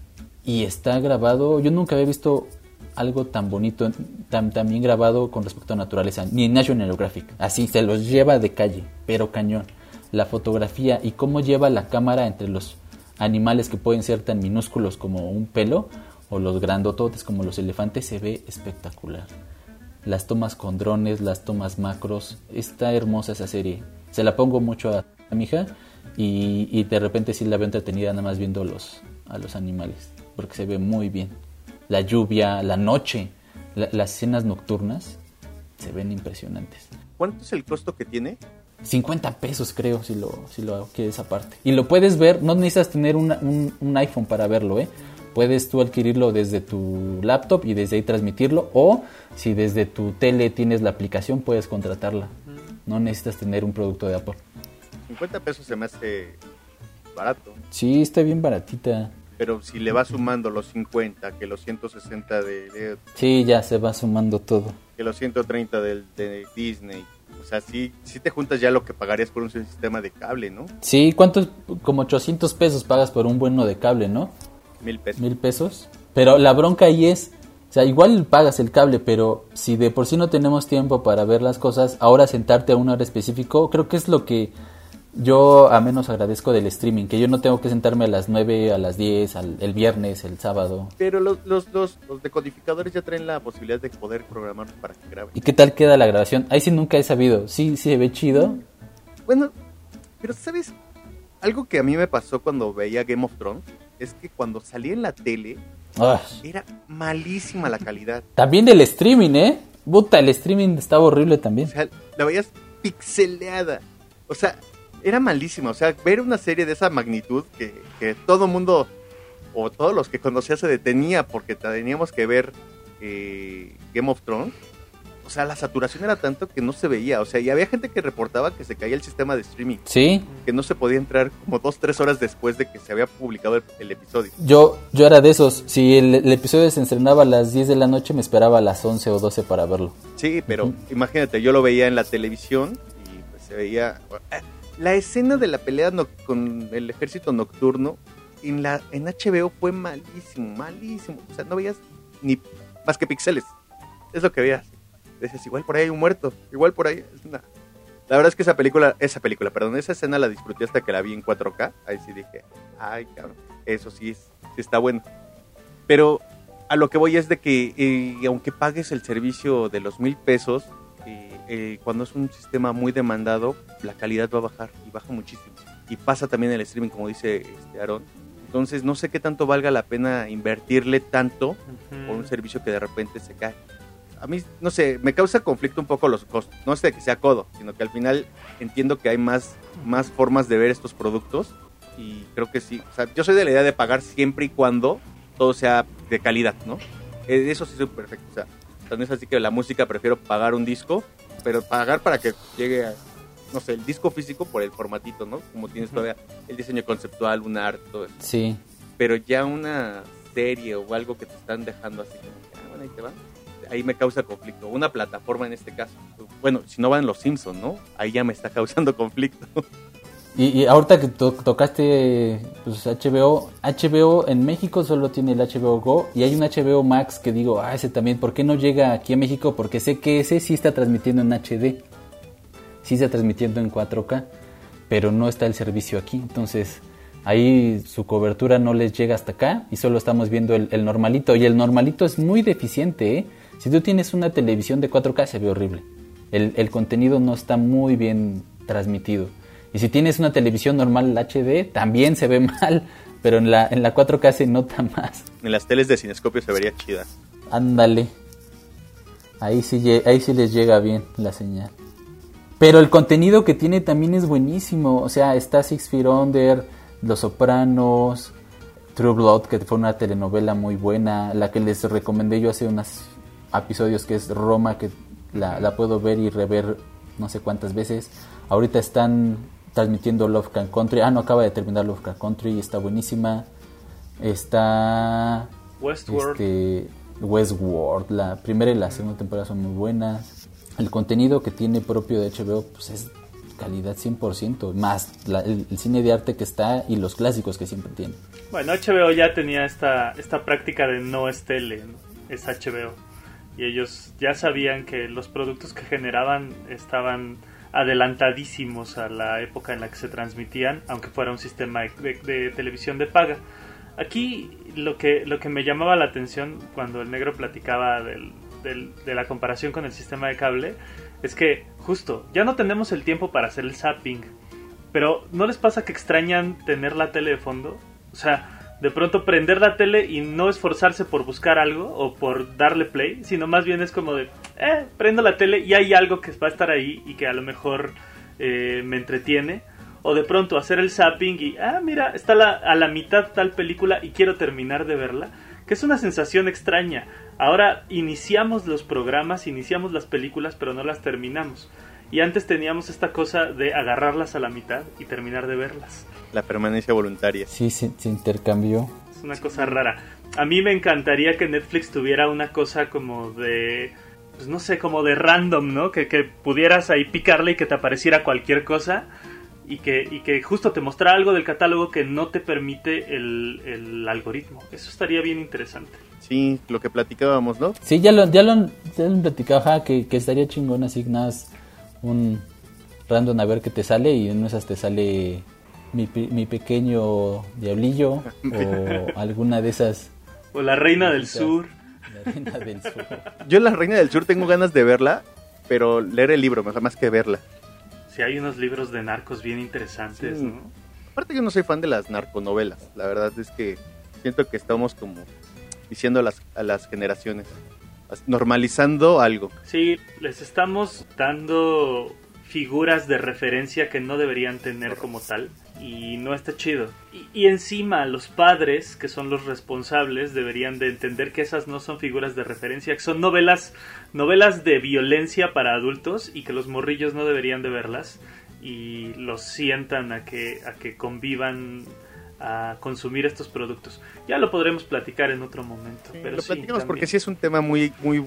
Y está grabado, yo nunca había visto algo tan bonito, tan, tan bien grabado con respecto a naturaleza, ni en National Geographic. Así, se los lleva de calle, pero cañón. La fotografía y cómo lleva la cámara entre los animales que pueden ser tan minúsculos como un pelo, o los grandototes como los elefantes, se ve espectacular. Las tomas con drones, las tomas macros, está hermosa esa serie. Se la pongo mucho a, a mi hija y, y de repente sí la veo entretenida nada más viendo los, a los animales, porque se ve muy bien. La lluvia, la noche, la, las escenas nocturnas se ven impresionantes. ¿Cuánto es el costo que tiene? cincuenta pesos creo, si lo, si lo quieres aparte. Y lo puedes ver, no necesitas tener una, un, un iPhone para verlo, ¿eh? puedes tú adquirirlo desde tu laptop y desde ahí transmitirlo, o si desde tu tele tienes la aplicación, puedes contratarla. No necesitas tener un producto de Apple. cincuenta pesos se me hace barato. Sí, está bien baratita. Pero si le vas sumando los cincuenta, que los ciento sesenta de, de Sí, ya se va sumando todo. que los ciento treinta del, de Disney, o sea, sí, sí te juntas ya lo que pagarías por un sistema de cable, ¿no? Sí, ¿cuántos? Como ochocientos pesos pagas por un bueno de cable, ¿no? Mil pesos. Mil pesos. Pero la bronca ahí es, o sea, igual pagas el cable, pero si de por sí no tenemos tiempo para ver las cosas, ahora sentarte a una hora específico, creo que es lo que yo a menos agradezco del streaming, que yo no tengo que sentarme a las nueve, a las diez, al, el viernes, el sábado. Pero los, los, los, los decodificadores ya traen la posibilidad de poder programarlos para que graben. ¿Y qué tal queda la grabación? Ahí sí nunca he sabido. Sí, sí se ve chido. Bueno, pero ¿sabes? Algo que a mí me pasó cuando veía Game of Thrones es que cuando salía en la tele Ah, era malísima la calidad. también del streaming, ¿eh? Puta, el streaming estaba horrible también. O sea, la veías pixeleada. O sea, era malísima. O sea, ver una serie de esa magnitud que, que todo mundo, o todos los que conocía, se detenía porque teníamos que ver eh, Game of Thrones. O sea, la saturación era tanto que no se veía. O sea, y había gente que reportaba que se caía el sistema de streaming. Sí, Que no se podía entrar como dos, tres horas después de que se había publicado el, el episodio. yo yo era de esos. Si el, el episodio se estrenaba a las diez de la noche, me esperaba a las once o doce para verlo. Sí, pero imagínate, yo lo veía en la televisión y pues se veía... La escena de la pelea no, con el ejército nocturno en la en H B O fue malísimo, malísimo. O sea, no veías ni más que píxeles. Es lo que veías. Decías, igual por ahí hay un muerto, igual por ahí... Nah. La verdad es que esa película, esa película, perdón, esa escena la disfruté hasta que la vi en cuatro K. Ahí sí dije, ay, cabrón, eso sí, es, sí está bueno. Pero a lo que voy es de que, eh, aunque pagues el servicio de los mil pesos, eh, eh, cuando es un sistema muy demandado, la calidad va a bajar y baja muchísimo. Y pasa también el streaming, como dice este Aaron. Entonces, no sé qué tanto valga la pena invertirle tanto uh-huh. por un servicio que de repente se cae. A mí, no sé, me causa conflicto un poco los costos. No es de que sea codo, sino que al final entiendo que hay más, más formas de ver estos productos. Y creo que sí. O sea, yo soy de la idea de pagar siempre y cuando todo sea de calidad, ¿no? Eso sí soy perfecto. O sea, no es así que la música prefiero pagar un disco, pero pagar para que llegue a, no sé, el disco físico por el formatito, ¿no? Como tienes todavía el diseño conceptual, un arte, todo eso. Sí. Pero ya una serie o algo que te están dejando así como que, ah, bueno, ahí te va. Ahí me causa conflicto. Una plataforma en este caso. Bueno, si no van los Simpsons, ¿no? Ahí ya me está causando conflicto. Y, y ahorita que to- tocaste pues, H B O, H B O en México solo tiene el H B O Go y hay un H B O Max que digo, ah, ese también, ¿por qué no llega aquí a México? Porque sé que ese sí está transmitiendo en H D, sí está transmitiendo en cuatro K, pero no está el servicio aquí. Entonces, ahí su cobertura no les llega hasta acá y solo estamos viendo el, el normalito. Y el normalito es muy deficiente, ¿eh? Si tú tienes una televisión de cuatro K se ve horrible. El, el contenido no está muy bien transmitido. Y si tienes una televisión normal H D, también se ve mal, pero en la, en la cuatro K se nota más. En las teles de Cinescopio se vería chida. Ándale. Ahí sí, ahí sí les llega bien la señal. Pero el contenido que tiene también es buenísimo. O sea, está Six Feet Under, Los Sopranos, True Blood, que fue una telenovela muy buena. La que les recomendé yo hace unos episodios, que es Roma, que la, la puedo ver y rever no sé cuántas veces. Ahorita están transmitiendo Lovecraft Country. Ah, no, acaba de terminar Lovecraft Country y está buenísima. Está Westworld. Este, Westworld. La primera y la segunda temporada son muy buenas. El contenido que tiene propio de H B O pues es calidad cien por ciento. Más la, el, el cine de arte que está y los clásicos que siempre tiene. Bueno, H B O ya tenía esta, esta práctica de no es tele, ¿no? Es H B O. Y ellos ya sabían que los productos que generaban estaban adelantadísimos a la época en la que se transmitían, aunque fuera un sistema de, de, de televisión de paga. Aquí lo que, lo que me llamaba la atención cuando el negro platicaba del, del, de la comparación con el sistema de cable es que justo, ya no tenemos el tiempo para hacer el zapping, pero ¿no les pasa que extrañan tener la tele de fondo? O sea, de pronto prender la tele y no esforzarse por buscar algo o por darle play, sino más bien es como de, eh, prendo la tele y hay algo que va a estar ahí y que a lo mejor eh, me entretiene. o de pronto hacer el zapping y, ah, mira, está la, a la mitad tal película y quiero terminar de verla, que es una sensación extraña. Ahora iniciamos los programas, iniciamos las películas, pero no las terminamos. Y antes teníamos esta cosa de agarrarlas a la mitad y terminar de verlas. La permanencia voluntaria. Sí, se, se intercambió. Es una cosa rara. A mí me encantaría que Netflix tuviera una cosa como de... pues no sé, como de random, ¿no? Que, que pudieras ahí picarle y que te apareciera cualquier cosa y que, y que justo te mostrara algo del catálogo que no te permite el, el algoritmo. Eso estaría bien interesante. Sí, lo que platicábamos, ¿no? Sí, ya lo, ya lo, ya lo han platicado, ajá, que, que estaría chingón asignadas un random a ver qué te sale y en esas te sale mi, mi pequeño diablillo o alguna de esas. O la Reina del Sur. La Reina del Sur. Yo la Reina del Sur tengo ganas de verla, pero leer el libro, más que verla. Sí, hay unos libros de narcos bien interesantes, sí. ¿No? Aparte yo no soy fan de las narconovelas, la verdad es que siento que estamos como diciendo a las, a las generaciones, normalizando algo. Sí, les estamos dando figuras de referencia que no deberían tener como tal y no está chido. Y, y encima los padres, que son los responsables, deberían de entender que esas no son figuras de referencia, que son novelas, novelas de violencia para adultos y que los morrillos no deberían de verlas y los sientan a que, a que convivan a consumir estos productos. Ya lo podremos platicar en otro momento. Sí, pero lo sí, platicamos también. Porque sí es un tema muy, muy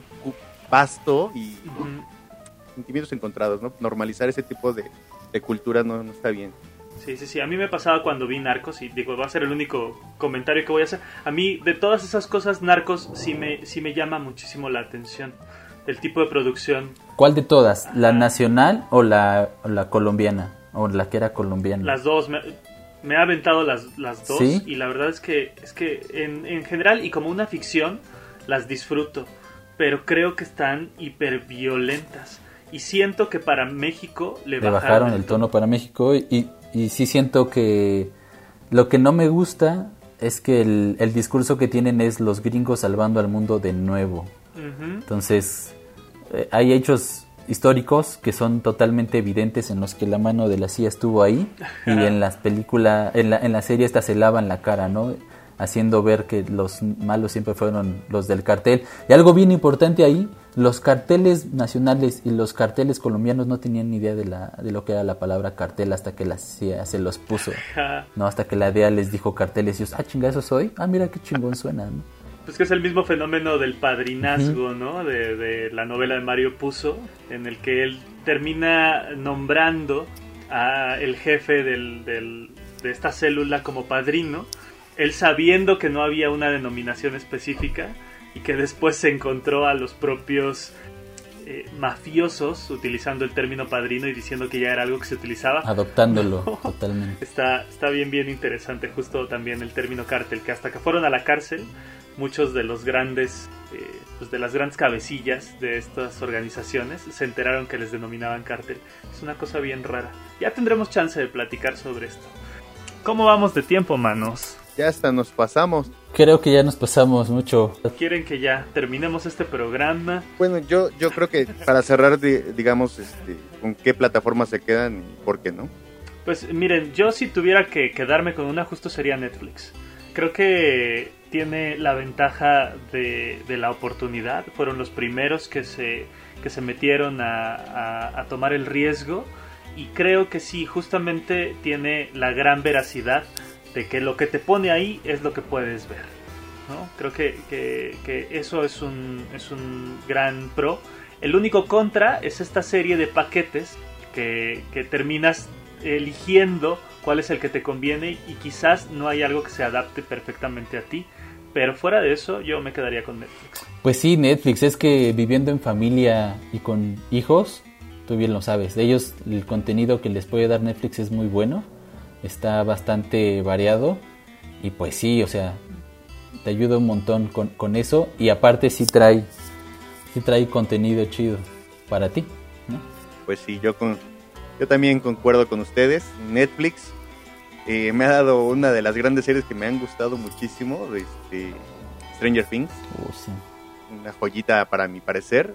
vasto y Uh-huh. sentimientos encontrados, ¿no? Normalizar ese tipo de, de cultura no, no está bien. Sí, sí, sí. A mí me pasaba cuando vi Narcos y digo, va a ser el único comentario que voy a hacer. A mí, de todas esas cosas, Narcos sí me, sí me llama muchísimo la atención. El tipo de producción. ¿Cuál de todas? ¿La Ajá. nacional o la, o la colombiana? ¿O la que era colombiana? Las dos. Me, me ha aventado las, las dos. ¿Sí? Y la verdad es que, es que en, en general y como una ficción, las disfruto. Pero creo que están hiperviolentas. Y siento que para México le, le bajaron, bajaron el tono. tono para México y, y sí siento que lo que no me gusta es que el, el discurso que tienen es los gringos salvando al mundo de nuevo. Uh-huh. Entonces eh, hay hechos históricos que son totalmente evidentes en los que la mano de la C I A estuvo ahí y en las películas, en la, en la serie esta se lavan la cara, ¿no? Haciendo ver que los malos siempre fueron los del cartel. Y algo bien importante ahí, los carteles nacionales y los carteles colombianos no tenían ni idea de, la, de lo que era la palabra cartel hasta que la C I A se los puso. No, hasta que la D E A les dijo carteles y ellos, ah, chinga, ¿eso soy? Ah, mira qué chingón suena, ¿no? Pues que es el mismo fenómeno del padrinazgo, uh-huh. ¿no? De, de la novela de Mario Puzo, en el que él termina nombrando a el jefe del, del, de esta célula como padrino, él sabiendo que no había una denominación específica y que después se encontró a los propios eh, mafiosos utilizando el término padrino y diciendo que ya era algo que se utilizaba. Adoptándolo, no. Totalmente. Está, está bien, bien interesante justo también el término cártel, que hasta que fueron a la cárcel, muchos de los grandes, eh, pues de las grandes cabecillas de estas organizaciones se enteraron que les denominaban cártel. Es una cosa bien rara. Ya tendremos chance de platicar sobre esto. ¿Cómo vamos de tiempo, manos? Ya hasta nos pasamos. Creo que ya nos pasamos mucho. ¿Quieren que ya terminemos este programa? Bueno, yo yo creo que para cerrar, digamos, este, con qué plataformas se quedan y por qué no. Pues miren, yo si tuviera que quedarme con una, justo sería Netflix. Creo que tiene la ventaja de, de la oportunidad. Fueron los primeros que se, que se metieron a, a, a tomar el riesgo. Y creo que sí, justamente tiene la gran veracidad de que lo que te pone ahí es lo que puedes ver, ¿no? Creo que, que, que eso es un, es un gran pro. El único contra es esta serie de paquetes que, que terminas eligiendo cuál es el que te conviene y quizás no hay algo que se adapte perfectamente a ti. Pero fuera de eso, yo me quedaría con Netflix. Pues sí, Netflix, es que viviendo en familia y con hijos, tú bien lo sabes, de ellos el contenido que les puede dar Netflix es muy bueno. Está bastante variado y pues sí, o sea, te ayuda un montón con, con eso y aparte sí trae, sí trae contenido chido para ti, ¿no? Pues sí, yo con, yo también concuerdo con ustedes. Netflix eh, me ha dado una de las grandes series que me han gustado muchísimo, este, Stranger Things. Oh, sí. Una joyita para mi parecer.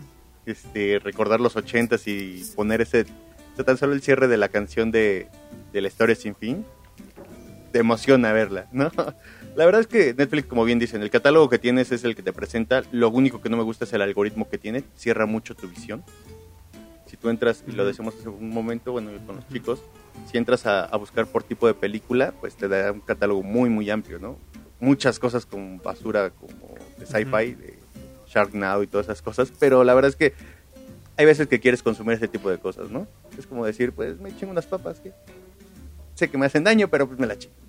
Este, recordar los ochentas y poner ese, ese tan solo el cierre de la canción de de la historia sin fin, te emociona verla, ¿no? La verdad es que Netflix, como bien dicen, el catálogo que tienes es el que te presenta. Lo único que no me gusta es el algoritmo que tiene, cierra mucho tu visión. Si tú entras, y lo decimos hace un momento, bueno, con los chicos, si entras a, a buscar por tipo de película, pues te da un catálogo muy, muy amplio, ¿no? Muchas cosas con basura, como de sci-fi, de Sharknado y todas esas cosas, pero la verdad es que hay veces que quieres consumir ese tipo de cosas, ¿no? Es como decir, pues me chingo unas papas, que sé que me hacen daño, pero pues me la chingo.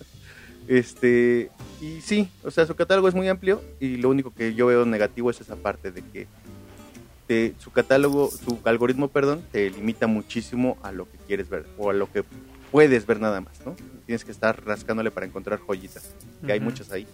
este, y sí, o sea, su catálogo es muy amplio y lo único que yo veo negativo es esa parte de que te, su catálogo, su algoritmo, perdón, te limita muchísimo a lo que quieres ver o a lo que puedes ver nada más, ¿no? Tienes que estar rascándole para encontrar joyitas, que uh-huh. hay muchas ahí.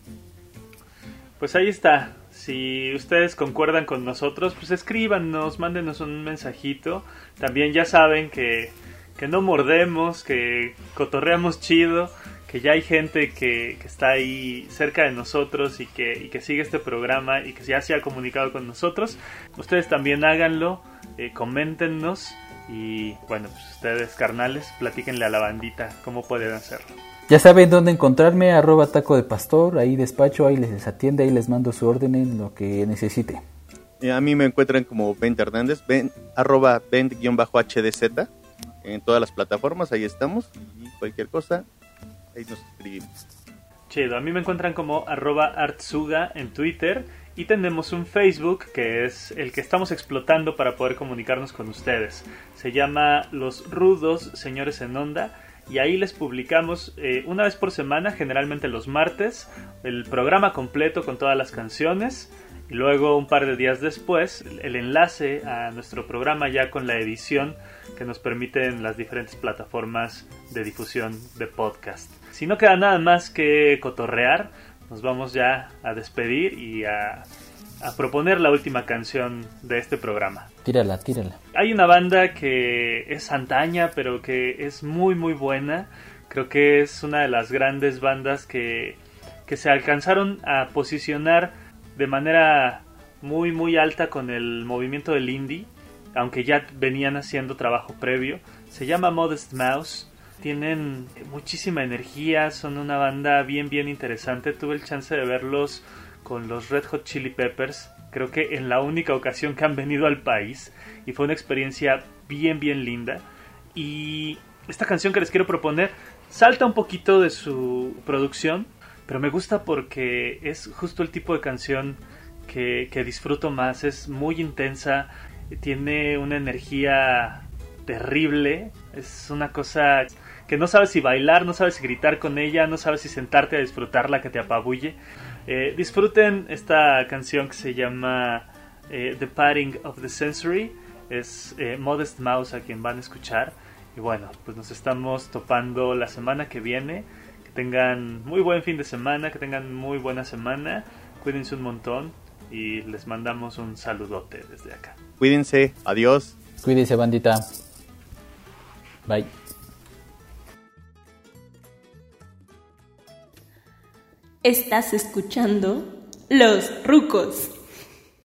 Pues ahí está. Si ustedes concuerdan con nosotros, pues escríbanos, mándenos un mensajito. También ya saben que, que no mordemos, que cotorreamos chido, que ya hay gente que, que está ahí cerca de nosotros y que, y que sigue este programa y que ya se ha comunicado con nosotros. Ustedes también háganlo, eh, coméntenos y bueno, pues ustedes carnales, platíquenle a la bandita cómo pueden hacerlo. Ya saben dónde encontrarme, arroba taco de pastor, ahí despacho, ahí les atiende, ahí les mando su orden en lo que necesite. A mí me encuentran como Bent Hernández, ben, arroba Bent-H D Z, en todas las plataformas, ahí estamos, y cualquier cosa, ahí nos escribimos. Chido, a mí me encuentran como arroba Artsuga en Twitter, y tenemos un Facebook que es el que estamos explotando para poder comunicarnos con ustedes. Se llama Los Rudos Señores en Onda. Y ahí les publicamos eh, una vez por semana, generalmente los martes, el programa completo con todas las canciones. Y luego un par de días después, el enlace a nuestro programa ya con la edición que nos permiten las diferentes plataformas de difusión de podcast. Si no queda nada más que cotorrear, nos vamos ya a despedir y a... a proponer la última canción de este programa. Tírala, tírala. Hay una banda que es antaña, pero que es muy muy buena. Creo que es una de las grandes bandas que, que se alcanzaron a posicionar de manera muy muy alta con el movimiento del indie, aunque ya venían haciendo trabajo previo. Se llama Modest Mouse. Tienen muchísima energía, son una banda bien bien interesante. Tuve el chance de verlos con los Red Hot Chili Peppers, creo que en la única ocasión que han venido al país, y fue una experiencia bien bien linda. Y esta canción que les quiero proponer salta un poquito de su producción, pero me gusta porque es justo el tipo de canción que, que disfruto más. Es muy intensa, tiene una energía terrible, es una cosa que no sabes si bailar, no sabes si gritar con ella, no sabes si sentarte a disfrutarla, que te apabulle. Eh, disfruten esta canción que se llama eh, The Parting of the Century. Es eh, Modest Mouse a quien van a escuchar. Y bueno, pues nos estamos topando la semana que viene. Que tengan muy buen fin de semana, que tengan muy buena semana. Cuídense un montón y les mandamos un saludote desde acá. Cuídense, adiós. Cuídense, bandita. Bye. Estás escuchando Los Rucos.